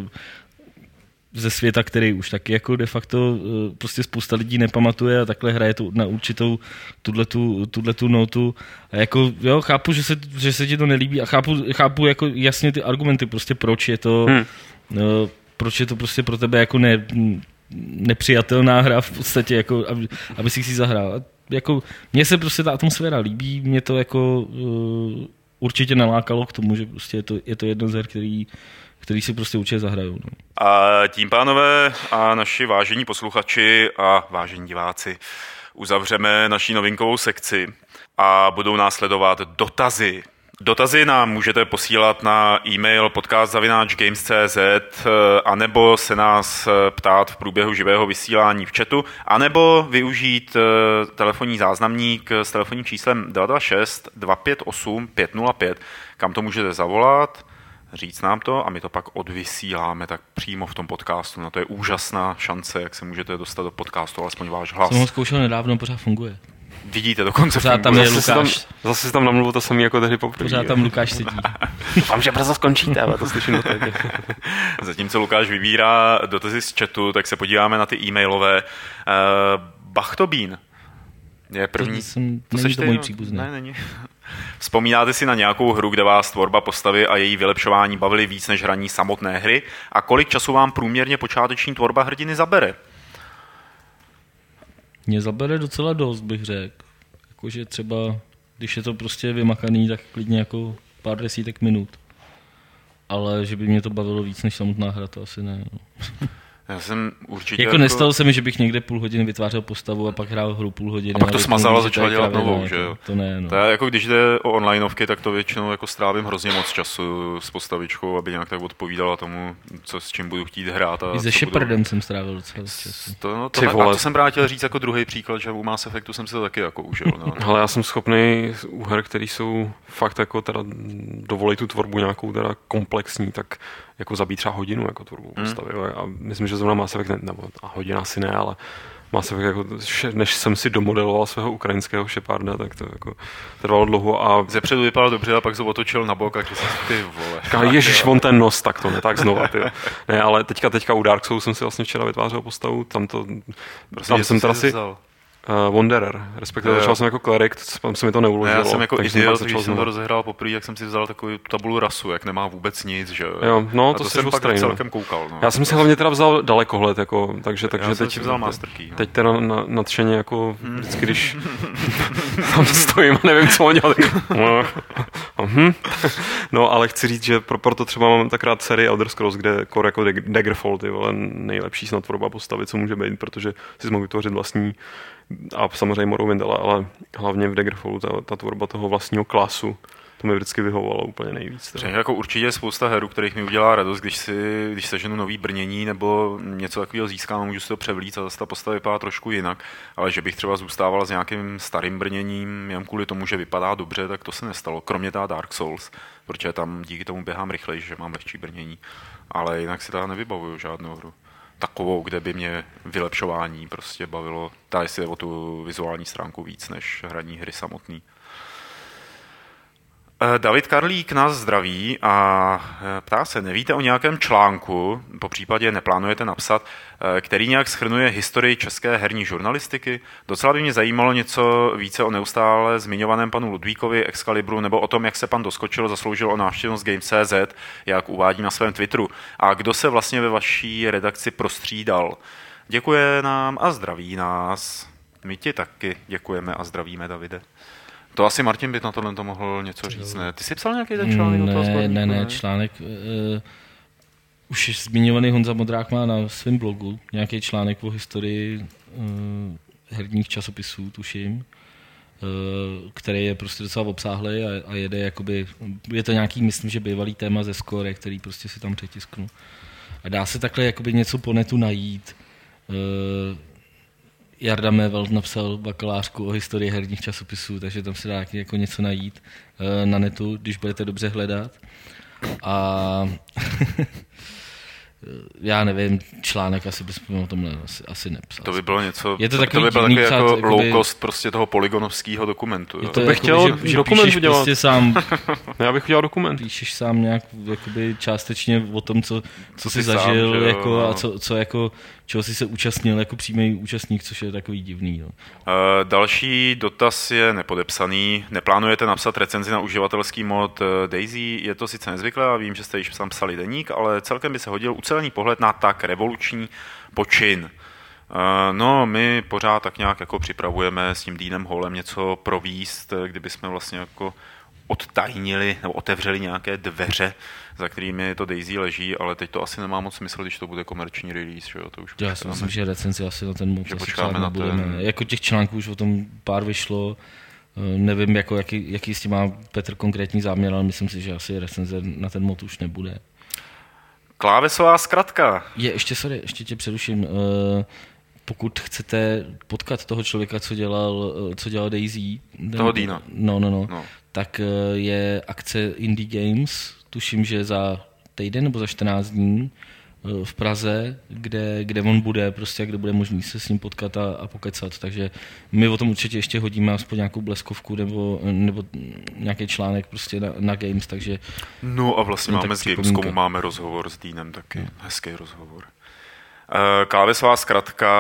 ze světa, který už taky jako de facto prostě spousta lidí nepamatuje a takhle hraje to na určitou tuhletu, tuhletu notu. A jako jo, chápu, že se, že se ti to nelíbí a chápu, chápu jako jasně ty argumenty, prostě proč je to hmm. no, proč je to prostě pro tebe jako ne, nepřijatelná hra v podstatě, jako, aby, aby si si zahrál. A jako, mně se prostě ta atmosféra líbí, mě to jako uh, určitě nalákalo k tomu, že prostě je to, je to jedno z her, který který si prostě určitě zahrajou. No. A tím, pánové a naši vážení posluchači a vážení diváci, uzavřeme naši novinkovou sekci a budou následovat dotazy. Dotazy nám můžete posílat na e-mail podcast zavináč games tečka cz anebo se nás ptát v průběhu živého vysílání v chatu, anebo využít telefonní záznamník s telefonním číslem dva dva šest dva pět osm pět nula pět, kam to můžete zavolat, říct nám to a my to pak odvysíláme tak přímo v tom podcastu. No to je úžasná šance, jak se můžete dostat do podcastu, alespoň váš hlas. Jsem ho zkoušel nedávno, pořád funguje. Vidíte, dokonce pořád tam je Lukáš. Zase, tam, zase si tam namluvil to samý jako tehdy poprvé. Pořád tam Lukáš sedí. Doufám, že brzo skončíte, ale to slyším do teď. Zatímco Lukáš vybírá dotazy z chatu, tak se podíváme na ty e-mailové. Uh, Bachtobín je první. To, jsem, to není to můj příbuzný. Ne, není. Vzpomínáte si na nějakou hru, kde vás tvorba postavy a její vylepšování bavily víc než hraní samotné hry? A kolik času vám průměrně počáteční tvorba hrdiny zabere? Mě zabere docela dost, bych řekl. Jakože třeba, když je to prostě vymakaný, tak klidně jako pár desítek minut. Ale že by mě to bavilo víc než samotná hra, to asi ne. No. Já jsem určitě... Jako, jako nestalo se mi, že bych někde půl hodiny vytvářel postavu a pak hrál hru půl hodiny. A pak to smazal a začal dělat novou, že jo? To ne, no. To je jako když jde o onlineovky, tak to většinou jako strávím hrozně moc času s postavičkou, aby nějak tak odpovídala tomu, co s čím budu chtít hrát. A i se Shepardem budu... jsem strávil docela času. To, no, to, a to jsem právě chtěl říct jako druhý příklad, že u Mass Effectu jsem si to taky jako užil. No. Ale já jsem schopný u her, které jsou fakt jako teda dovolí tu tvorbu nějakou teda komplexní, tak jako zabít třeba hodinu jako tvorbu postavy. Hmm. A myslím, že zrovna Mass Effect, ne, nebo a hodina asi ne, ale Mass Effect, jako, než jsem si domodeloval svého ukrajinského Sheparda, tak to jako trvalo dlouho a... Zepředu vypadal dobře a pak se otočil na bok a když jsem ty vole. Říká, ježiš, on ten nos, tak to ne, tak znova, ty. Ne, ale teďka, teďka u Dark Souls jsem si vlastně včera vytvářel postavu, tam to... Prostě tam jsem teda si... Uh, Wanderer, respektive začal jsem jako klerik, tam se mi to neuložilo. Já jsem jako idiot, když jsem to rozehrál poprvé, jak jsem si vzal takovou tabulu rasu, jak nemá vůbec nic, že jo. No, a to, to jsem pak ostrý, celkem koukal. No. Já jsem si hlavně teda vzal dalekohled, jako, takže, takže já jsem teď, si vzal Master Key, no. Teď teda na, nadšeně, jako hmm. vždycky, když tam stojím a nevím, co mám dělat. No, ale chci říct, že pro, proto třeba mám tak rád sérii Elder Scrolls, kde core jako Daggerfall, ty vole, nejlepší snad tvorba postavy, co může být, protože si mohu vytvořit vlastní a samozřejmě Morrowind, ale hlavně v Daggerfallu ta, ta tvorba toho vlastního klasu, to mi vždycky vyhovovalo úplně nejvíc. Třeba jako určitě je spousta her, kterých mi udělá radost, když si, když seženu nový brnění nebo něco takového získám a můžu si to převlít a zase ta postava vypadá trošku jinak, ale že bych třeba zůstával s nějakým starým brněním jen kvůli tomu, že vypadá dobře, tak to se nestalo, kromě ta Dark Souls, protože tam díky tomu běhám rychleji, že mám lehčí brnění, ale jinak si teda nevybavuju žádnou hru takovou, kde by mě vylepšování prostě bavilo, tady si je o tu vizuální stránku víc, než hraní hry samotný. David Karlík nás zdraví a ptá se, nevíte o nějakém článku, po případě neplánujete napsat, který nějak shrnuje historii české herní žurnalistiky? Docela by mě zajímalo něco více o neustále zmiňovaném panu Ludvíkovi, Excalibru, nebo o tom, jak se pan Doskočil zasloužil o návštěvnost Games tečka cé zet, jak uvádí na svém Twitteru. A kdo se vlastně ve vaší redakci prostřídal? Děkuje nám a zdraví nás. My ti taky děkujeme a zdravíme, Davide. To asi Martin by na tohle to mohl něco říct, ne? Ty jsi psal nějaký ten článek? Ne, do toho ne, ne, článek. Uh, už zmiňovaný Honza Modrák má na svém blogu nějaký článek o historii uh, herních časopisů, tuším, uh, který je prostě docela obsáhlý a, a jede jakoby, je to nějaký, myslím, že bývalý téma ze Score, který prostě si tam přetisknu. A dá se takhle jakoby něco po netu najít. Uh, Jarda Mévelt napsal bakalářku o historii herních časopisů, takže tam se dá jako něco najít na netu, když budete dobře hledat. A já nevím, článek asi bychom o tomhle asi, asi nepsal. To by bylo něco, je to, to, to by bylo takový jako low cost prostě toho polygonovského dokumentu. Je to bych chtěl že, že dokument udělat. Prostě sám, já bych udělal dokument. Píšeš sám nějak jakoby částečně o tom, co, co, co jsi sám, zažil jo, jako, no. a co, co jako, čeho jsi se účastnil jako přímý účastník, což je takový divný. No. Uh, další dotaz je nepodepsaný. Neplánujete napsat recenzi na uživatelský mod Daisy? Je to sice nezvyklé a vím, že jste již sám psali deník, ale celkem by se hodil ucelený pohled na tak revoluční počin. Uh, no, my pořád tak nějak jako připravujeme s tím Deanem Hallem něco províst, kdyby jsme vlastně jako odtajnili nebo otevřeli nějaké dveře, za kterými to Daisy leží, ale teď to asi nemá moc smysl, když to bude komerční release. Že jo? To už Já si myslím, že recenzi asi na ten mod že počkáme na nebudeme. ten... Jako těch článků už o tom pár vyšlo, nevím, jako, jaký, jaký s tím má Petr konkrétní záměr, ale myslím si, že asi recenze na ten mod už nebude. Klávesová zkratka. Je, ještě, sorry, ještě tě přeruším. Pokud chcete potkat toho člověka, co dělal, co dělal Daisy, toho Deana. No, no, no, no. Tak je akce Indie Games, tuším, že za týden nebo za čtrnáct dní v Praze, kde, kde on bude, prostě, kde bude možný se s ním potkat a, a pokecat. Takže my o tom určitě ještě hodíme aspoň nějakou bleskovku nebo, nebo nějaký článek prostě na, na Games, takže... No a vlastně máme s Gamescomu máme rozhovor s Deanem taky, no. Hezký rozhovor. Klávesová zkratka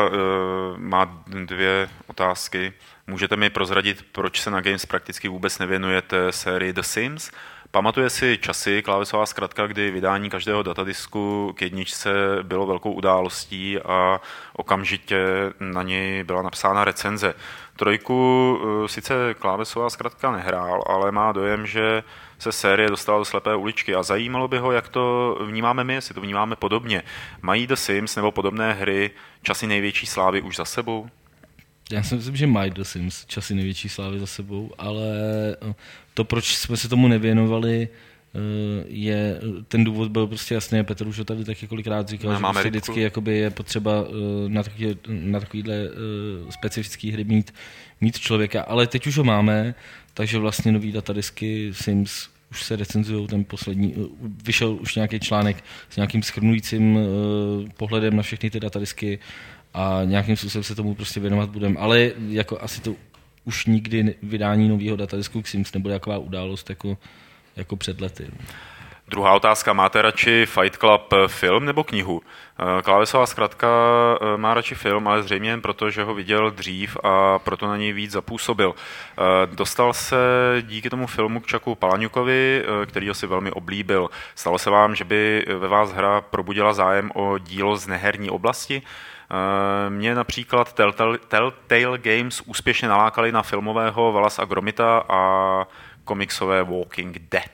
má dvě otázky. Můžete mi prozradit, proč se na Games prakticky vůbec nevěnujete sérii The Sims? Pamatuje si časy, klávesová zkratka, kdy vydání každého datadisku k jedničce bylo velkou událostí a okamžitě na něj byla napsána recenze. Trojku sice klávesová zkratka nehrál, ale má dojem, že se série dostala do slepé uličky a zajímalo by ho, jak to vnímáme my, jestli to vnímáme podobně. Mají The Sims nebo podobné hry časy největší slávy už za sebou? Já si myslím, že mají The Sims časy největší slávy za sebou, ale to, proč jsme se tomu nevěnovali, je, ten důvod byl prostě jasný, Petr už ho tady taky kolikrát říkal, že prostě vždycky jakoby je potřeba na, takový, na takovýhle specifický hry mít, mít člověka, ale teď už ho máme, takže vlastně nový datadisky Sims už se recenzují, ten poslední, vyšel už nějaký článek s nějakým shrnujícím pohledem na všechny ty datadisky a nějakým způsobem se tomu prostě věnovat budeme, ale jako asi to už nikdy vydání nového datadisku k Sims nebude taková událost jako, jako před lety. Druhá otázka, máte radši Fight Club film nebo knihu? Klávesová zkratka má radši film, ale zřejmě jen proto, že ho viděl dřív a proto na něj víc zapůsobil. Dostal se díky tomu filmu k Chucku Palahniukovi, který ho si velmi oblíbil. Stalo se vám, že by ve vás hra probudila zájem o dílo z neherní oblasti? Mě například Telltale, Telltale Games úspěšně nalákali na filmového Wallace a Gromita a komiksové Walking Dead.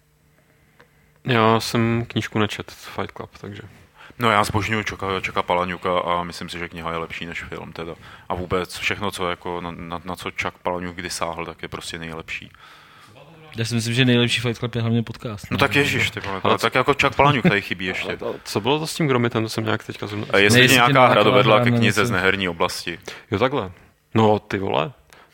Já jsem knížku nečet, Fight Club, takže... No já zbožňuji Chucka, Chucka Palahniuka a myslím si, že kniha je lepší než film teda. A vůbec všechno, co jako, na, na, na co Chuck Palahniuk kdy sáhl, tak je prostě nejlepší. Já si myslím, že nejlepší Fight Club je hlavně podcast. No, no tak ježiš, ty vole, ale tak jako Chuck Palahniuk tady chybí ještě. Co bylo to s tím Gromitem, to jsem nějak teďka... A jestli ne, nějaká hra dovedla ke knize z neherní oblasti. Jo takhle. No ty vole.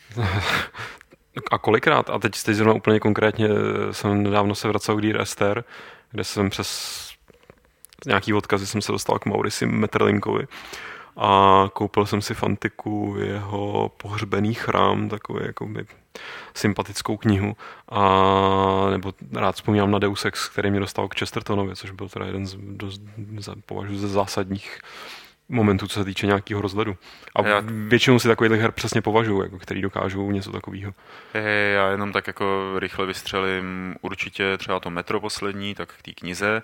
A kolikrát? A teď jste zrovna úplně konkrétně, jsem nedávno se vracel k Dear Esther, kde jsem přes nějaký odkazy jsem se dostal k Maurici Metterlinkovi a koupil jsem si fantiku jeho Pohřbený chrám, takový jakoby sympatickou knihu. A nebo rád vzpomínám na Deus Ex, který mě dostal k Chestertonovi, což byl teda jeden z, dost, považuji ze zásadních momentů, co se týče nějakého rozhledu. A já, většinou si takových her přesně považuji, jako, který dokážou něco takového. Já jenom tak jako rychle vystřelím určitě třeba to Metro poslední, tak k té knize.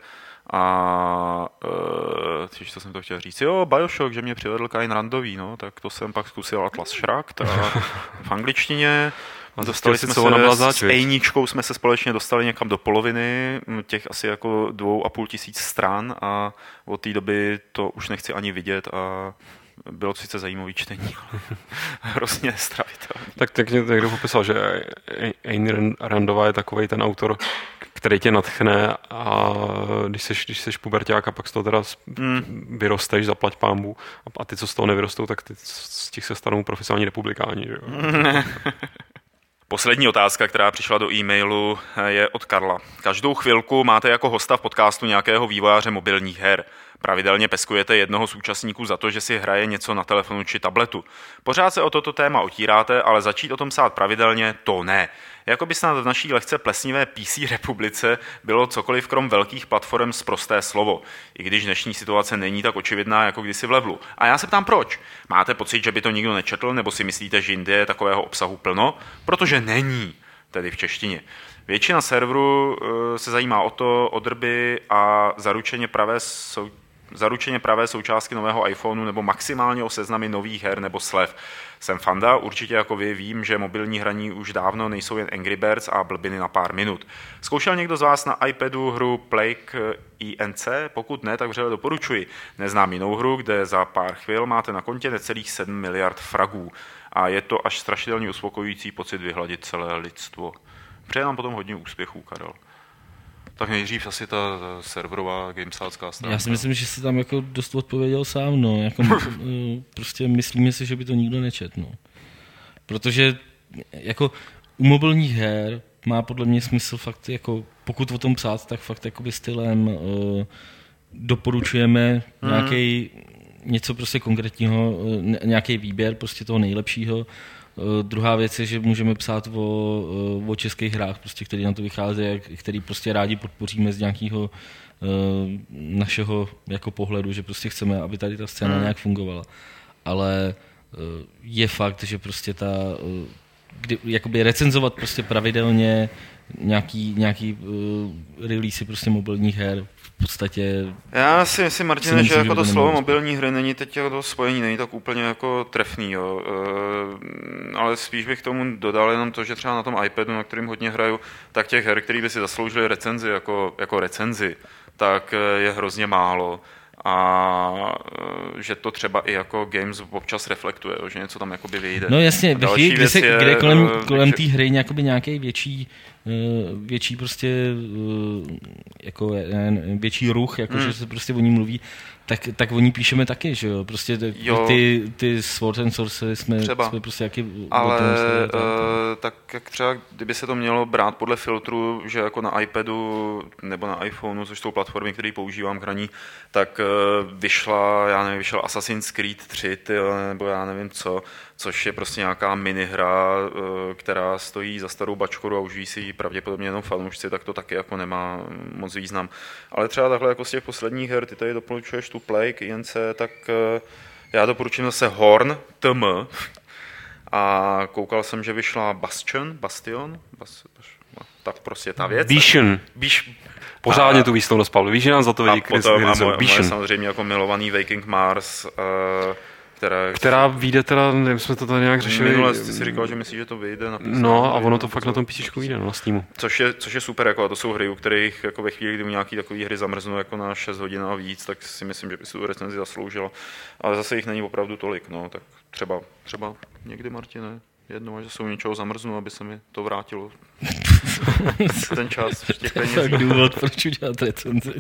A uh, co jsem to chtěl říct, jo, Bioshock, že mě přivedl Kain Randový, no, tak to jsem pak zkusil Atlas Shrugged a v angličtině. A dostali jsme se s Ejničkou, jsme se společně dostali někam do poloviny těch asi jako dvou a půl tisíc stran a od té doby to už nechci ani vidět a bylo to sice zajímavý čtení, ale hrozně stravitelný. Tak, tak někdo popisal, že Ayn Randová je takovej ten autor, který tě nadchne a když seš, když seš puberťák a pak z toho teda mm. vyrosteš, zaplať pánbu a ty, co z toho nevyrostou, tak ty z těch se stanou profesionální republikáni. Že jo? Poslední otázka, která přišla do e-mailu, je od Karla. Každou chvilku máte jako hosta v podcastu nějakého vývojáře mobilních her. Pravidelně peskujete jednoho z účastníků za to, že si hraje něco na telefonu či tabletu. Pořád se o toto téma otíráte, ale začít o tom psát pravidelně, to ne. Jako by snad v naší lehce plesnivé P C republice bylo cokoliv krom velkých platform sprosté slovo. I když dnešní situace není tak očividná jako kdysi v levelu. A já se ptám proč. Máte pocit, že by to nikdo nečetl, nebo si myslíte, že jinde je takového obsahu plno? Protože není, tedy v češtině. Většina serverů se zajímá o to, o drby a zaručeně pravé sou... zaručeně pravé součástky nového iPhoneu nebo maximálně o seznamy nových her nebo slev. Jsem fanda, určitě jako vy vím, že mobilní hraní už dávno nejsou jen Angry Birds a blbiny na pár minut. Zkoušel někdo z vás na iPadu hru Plague I N C? Pokud ne, tak vřele doporučuji. Neznám jinou hru, kde za pár chvil máte na kontě necelých sedm miliard fragů. A je to až strašidelně uspokojující pocit vyhladit celé lidstvo. Přeje nám potom hodně úspěchů, Karel. Tak nejdřív asi ta serverová gamesácká stránka. Já si myslím, že si tam jako dost odpověděl sám, no. Jako, prostě myslíme si, že by to nikdo nečet, no. Protože jako u mobilních her má podle mě smysl fakt, jako pokud o tom psát, tak fakt jakoby stylem uh, doporučujeme hmm. nějaký něco prostě konkrétního, nějaký výběr prostě toho nejlepšího. Uh, druhá věc je, že můžeme psát o, uh, o českých hrách, prostě, které na to vycházejí, který prostě rádi podpoříme z nějakého uh, našeho jako pohledu, že prostě chceme, aby tady ta scéna hmm. nějak fungovala. Ale uh, je fakt, že prostě ta uh, kdy, jakoby recenzovat prostě pravidelně nějaký, nějaký uh, releasy prostě mobilních her v podstatě... Já si myslím, Martine, si myslím, že jako to slovo mobilní hry není teď jako to spojení, není tak úplně jako trefný, jo. E, ale spíš bych k tomu dodal jenom to, že třeba na tom iPadu, na kterým hodně hraju, tak těch her, který by si zasloužili recenzi jako, jako recenzi, tak je hrozně málo. A že to třeba i jako Games občas reflektuje, že něco tam jakoby vyjde. No jasně, ve chvíli, kdy, se, je, kde kolem, kolem té hry nějaký větší, větší prostě jako větší ruch, jako hmm. že se prostě o ní mluví, tak, tak o ní píšeme taky, že jo, prostě jo. ty, ty Sword and Sorcery jsme, jsme prostě jaký... Ale uh, tak jak třeba, kdyby se to mělo brát podle filtru, že jako na iPadu nebo na iPhoneu, což jsou platformy, které používám k hraní, tak uh, vyšla, já nevím, vyšel Assassin's Creed tři, ty, nebo já nevím co, což je prostě nějaká minihra, uh, která stojí za starou bačkoru a užijí si ji pravděpodobně jenom fanoušci, tak to taky jako nemá moc význam. Ale třeba takhle jako z těch posledních her, ty tady doporučuješ tu Plague, I N C, tak uh, já doporučím zase Horn, T M. A koukal jsem, že vyšla Bastion, Bastion, Bas, tak prostě ta věc. Bastion. Biš, Pořádně a, tu výslovnost, Pavle. Víš, že nám za to vidí, Chris Wilson. A moje samozřejmě jako milovaný Waking Mars, uh, která... Která vyjde teda, nevím, jsme to tady nějak řešili. Minule jsi si říkal, že myslíš, že to vyjde na P C. No a ono to fakt na tom písíčku vyjde, no, na Steamu. Což je, což je super, jako, a to jsou hry, u kterých jako ve chvíli, kdy mu nějaký takový hry zamrznou jako na šest hodin a víc, tak si myslím, že by si tu recenzi zasloužilo. Ale zase jich není opravdu tolik, no, tak třeba, třeba někdy, Martine, jednou, až jsou něčeho zamrznu, aby se mi to vrátilo. Ten čas v těch penězích. Tak důvod, proč udělat recenzi.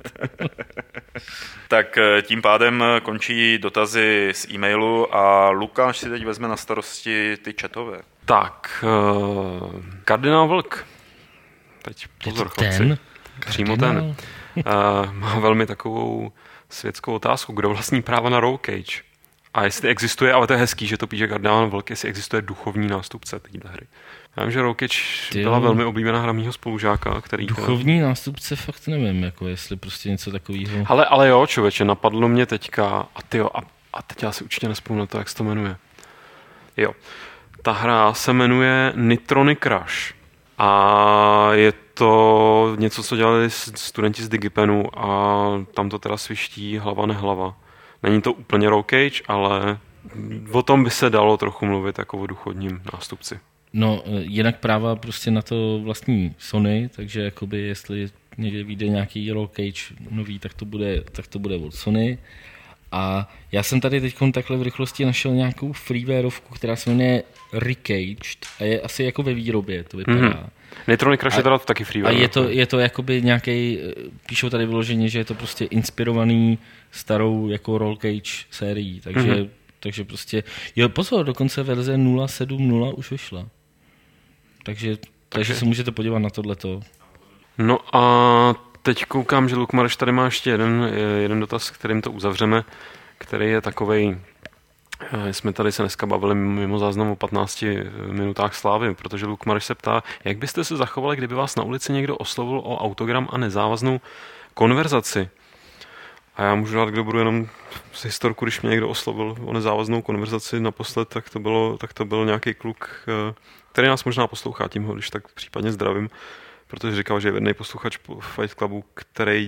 Tak tím pádem končí dotazy z e-mailu a Lukáš si teď vezme na starosti ty chatové. Tak, uh, kardinál Vlk. Teď pozor, chlapci. Přímo ten. Uh, má velmi takovou světskou otázku. Kdo vlastní práva na Roll Cage? A jestli existuje, ale to je hezký, že to píše Kardinál Vlk, jestli existuje duchovní nástupce téhle hry. Já vím, že Roll Cage byla velmi oblíbená hra mýho spolužáka, který... Duchovní to... nástupce fakt nevím, jako jestli prostě něco takového. Ale, ale jo, člověče, napadlo mě teďka, a ty jo, a, a teď já si určitě nespomínám to, jak se to jmenuje. Jo, ta hra se jmenuje Nitronic Rush a je to něco, co dělali studenti z Digipenu a tam to teda sviští hlava nehlava. Není to úplně Roll Cage, ale o tom by se dalo trochu mluvit jako o duchovním nástupci. No, jinak práva prostě na to vlastní Sony, takže jakoby jestli někde vyjde nějaký Roll Cage nový, tak to bude, tak to bude od Sony. A já jsem tady teď takhle v rychlosti našel nějakou freewareovku, která se jmenuje Recaged a je asi jako ve výrobě, to vypadá. Mm-hmm. Nitronic Rush je teda taky freeware. A je to, je to jakoby nějaký, píšou tady vyloženě, že je to prostě inspirovaný starou jako Roll Cage sérií, takže, mm-hmm. takže prostě, jo pozor, dokonce verze nula sedm nula už vyšla. Takže, takže, takže se můžete podívat na tohleto. No a teď koukám, že Luke Marš tady má ještě jeden, jeden dotaz, kterým to uzavřeme, který je takovej, jsme tady se dneska bavili mimo záznam o patnácti minutách slávy, protože Luke Marš se ptá, jak byste se zachovali, kdyby vás na ulici někdo oslovil o autogram a nezávaznou konverzaci. A já můžu dát, kdo budu jenom z historku, když mě někdo oslovil o nezávaznou konverzaci naposled, tak to bylo, tak to byl nějaký kluk, který nás možná poslouchá, tím ho, když tak případně zdravím, protože říkal, že je jednej posluchač Fight Clubu, který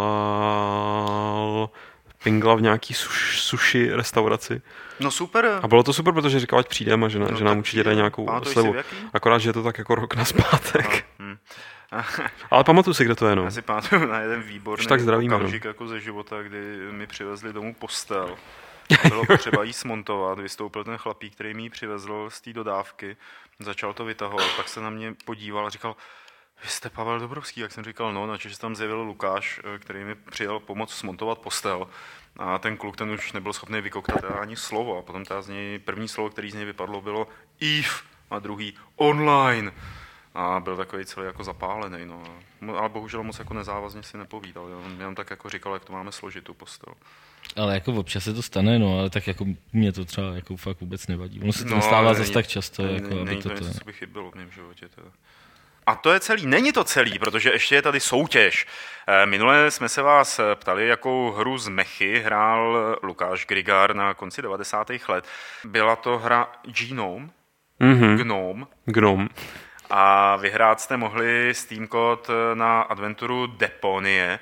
dělal pingla v nějaký suš, sushi restauraci. No super. A bylo to super, protože říkal, ať přijdeme a že, no, že nám určitě dají nějakou slevu. Akorát, že je to tak jako rok nazpátek. No, hm. Ale pamatuju si, kde to je, no. Já si pamatuju na jeden výborný tak zdravíme, okamžik no. jako ze života, kdy mi přivezli domů postel. Bylo potřeba jí smontovat, vystoupil ten chlapík, který mi ji přivezl z té dodávky, začal to vytahovat, pak se na mě podíval a říkal, vy jste Pavel Dobrovský, jak jsem říkal, no, načež se tam zjevil Lukáš, který mi přijel pomoct smontovat postel. A ten kluk, ten už nebyl schopný vykoktat ani slovo. A potom teda z něj, první slovo, který z něj vypadlo, bylo Eve a druhý online. A byl takový celý jako zapálený, no. Ale bohužel moc jako nezávazně si nepovídal. On jenom tak jako říkal, jak to máme složit tu postel. Ale jako občas se to stane, no, ale tak jako mě to třeba jako fakt vůbec nevadí. Ono se to no, nestává zase tak často. Ne, jako, není aby to, to něco, co by chybělo v mém životě. Teda. A to je celý. Není to celý, protože ještě je tady soutěž. Minule jsme se vás ptali, jakou hru z mechy hrál Lukáš Grigar na konci devadesátých let. Byla to hra Genome, mm-hmm. Gnome. Gnome. A vyhrát jste mohli Steam kód na adventuru Deponie.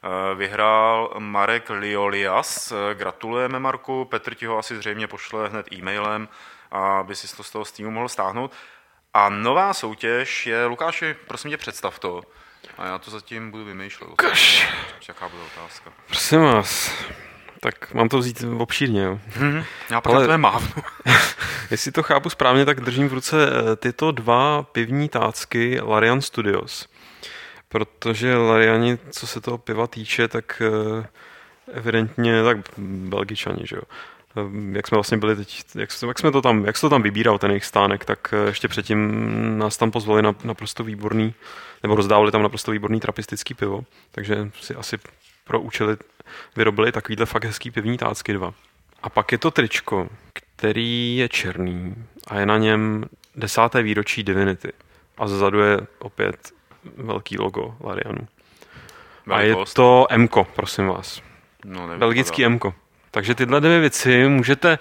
Vyhrál Marek Liolias. Gratulujeme, Marku. Petr ti ho asi zřejmě pošle hned e-mailem, aby si to z toho Steamu mohl stáhnout. A nová soutěž je, Lukáši, prosím tě, představ to. A já to zatím budu vymýšlet. Kaž. Jaká bude otázka? Prosím vás. Tak mám to vzít obšírně, jo. Mm-hmm. Já pak Ale... mávnu. Jestli to chápu správně, tak držím v ruce tyto dva pivní tácky Larian Studios. Protože Lariani, co se toho piva týče, tak evidentně, tak Belgičani, že jo. Jak jsme vlastně byli teď, jak, jak jsme to tam, jak se to tam vybíral, ten jejich stánek, tak ještě předtím nás tam pozvali na naprosto výborný, nebo rozdávali tam naprosto výborný trapistický pivo, takže si asi pro účely vyrobili takovýhle fakt hezký pivní tácky dva. A pak je to tričko, který je černý a je na něm desáté výročí Divinity. A zezadu je opět velký logo Larianu. A je to M-ko, prosím vás. No, belgický M-ko. Takže tyhle dvě věci můžete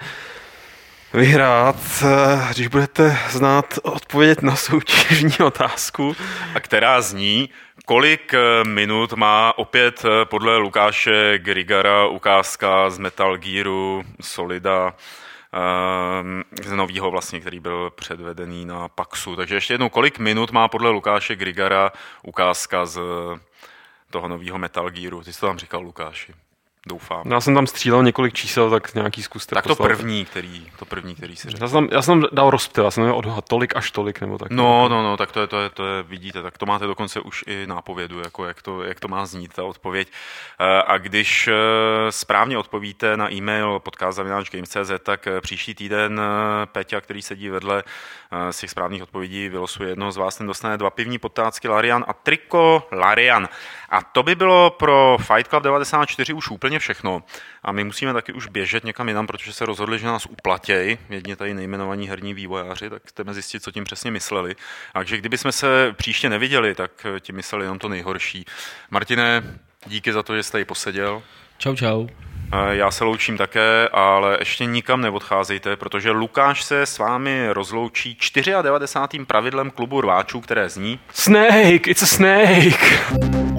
vyhrát, když budete znát odpovědět na soutěžní otázku. A která zní, kolik minut má opět podle Lukáše Grigara ukázka z Metal Gearu Solida, z novýho vlastně, který byl předvedený na Paxu. Takže ještě jednou, kolik minut má podle Lukáše Grigara ukázka z toho novýho Metal Gearu? Ty jsi to tam říkal, Lukáši. Doufám. Já jsem tam střílel několik čísel, tak nějaký zkuste. Tak to první, který, to první, který si řekl. Já jsem, já jsem dal rozptyl, já jsem měl odhad tolik až tolik, nebo tak. No, no, no, tak to je, to je, to je, vidíte, tak to máte dokonce už i nápovědu, jako jak to, jak to má znít, ta odpověď. A když správně odpovíte na e-mail podcast zavináč games tečka cé zet, tak příští týden Peťa, který sedí vedle z těch správných odpovědí, vylosuje jednoho z vás, ten dostane dva pivní podtácky Larian a triko Larian. A to by bylo pro Fight Club devadesát čtyři už úplně úplně všechno. A my musíme taky už běžet někam jinam, protože se rozhodli, že nás uplatěj, jedni tady nejmenovaní herní vývojáři, tak chceme zjistit, co tím přesně mysleli. Takže kdybychom se příště neviděli, tak ti mysleli jenom to nejhorší. Martine, díky za to, že jste tady poseděl. Čau, čau. Já se loučím také, ale ještě nikam neodcházejte, protože Lukáš se s vámi rozloučí devadesátým čtvrtým pravidlem klubu rváčů, které zní Snake, it's a snake!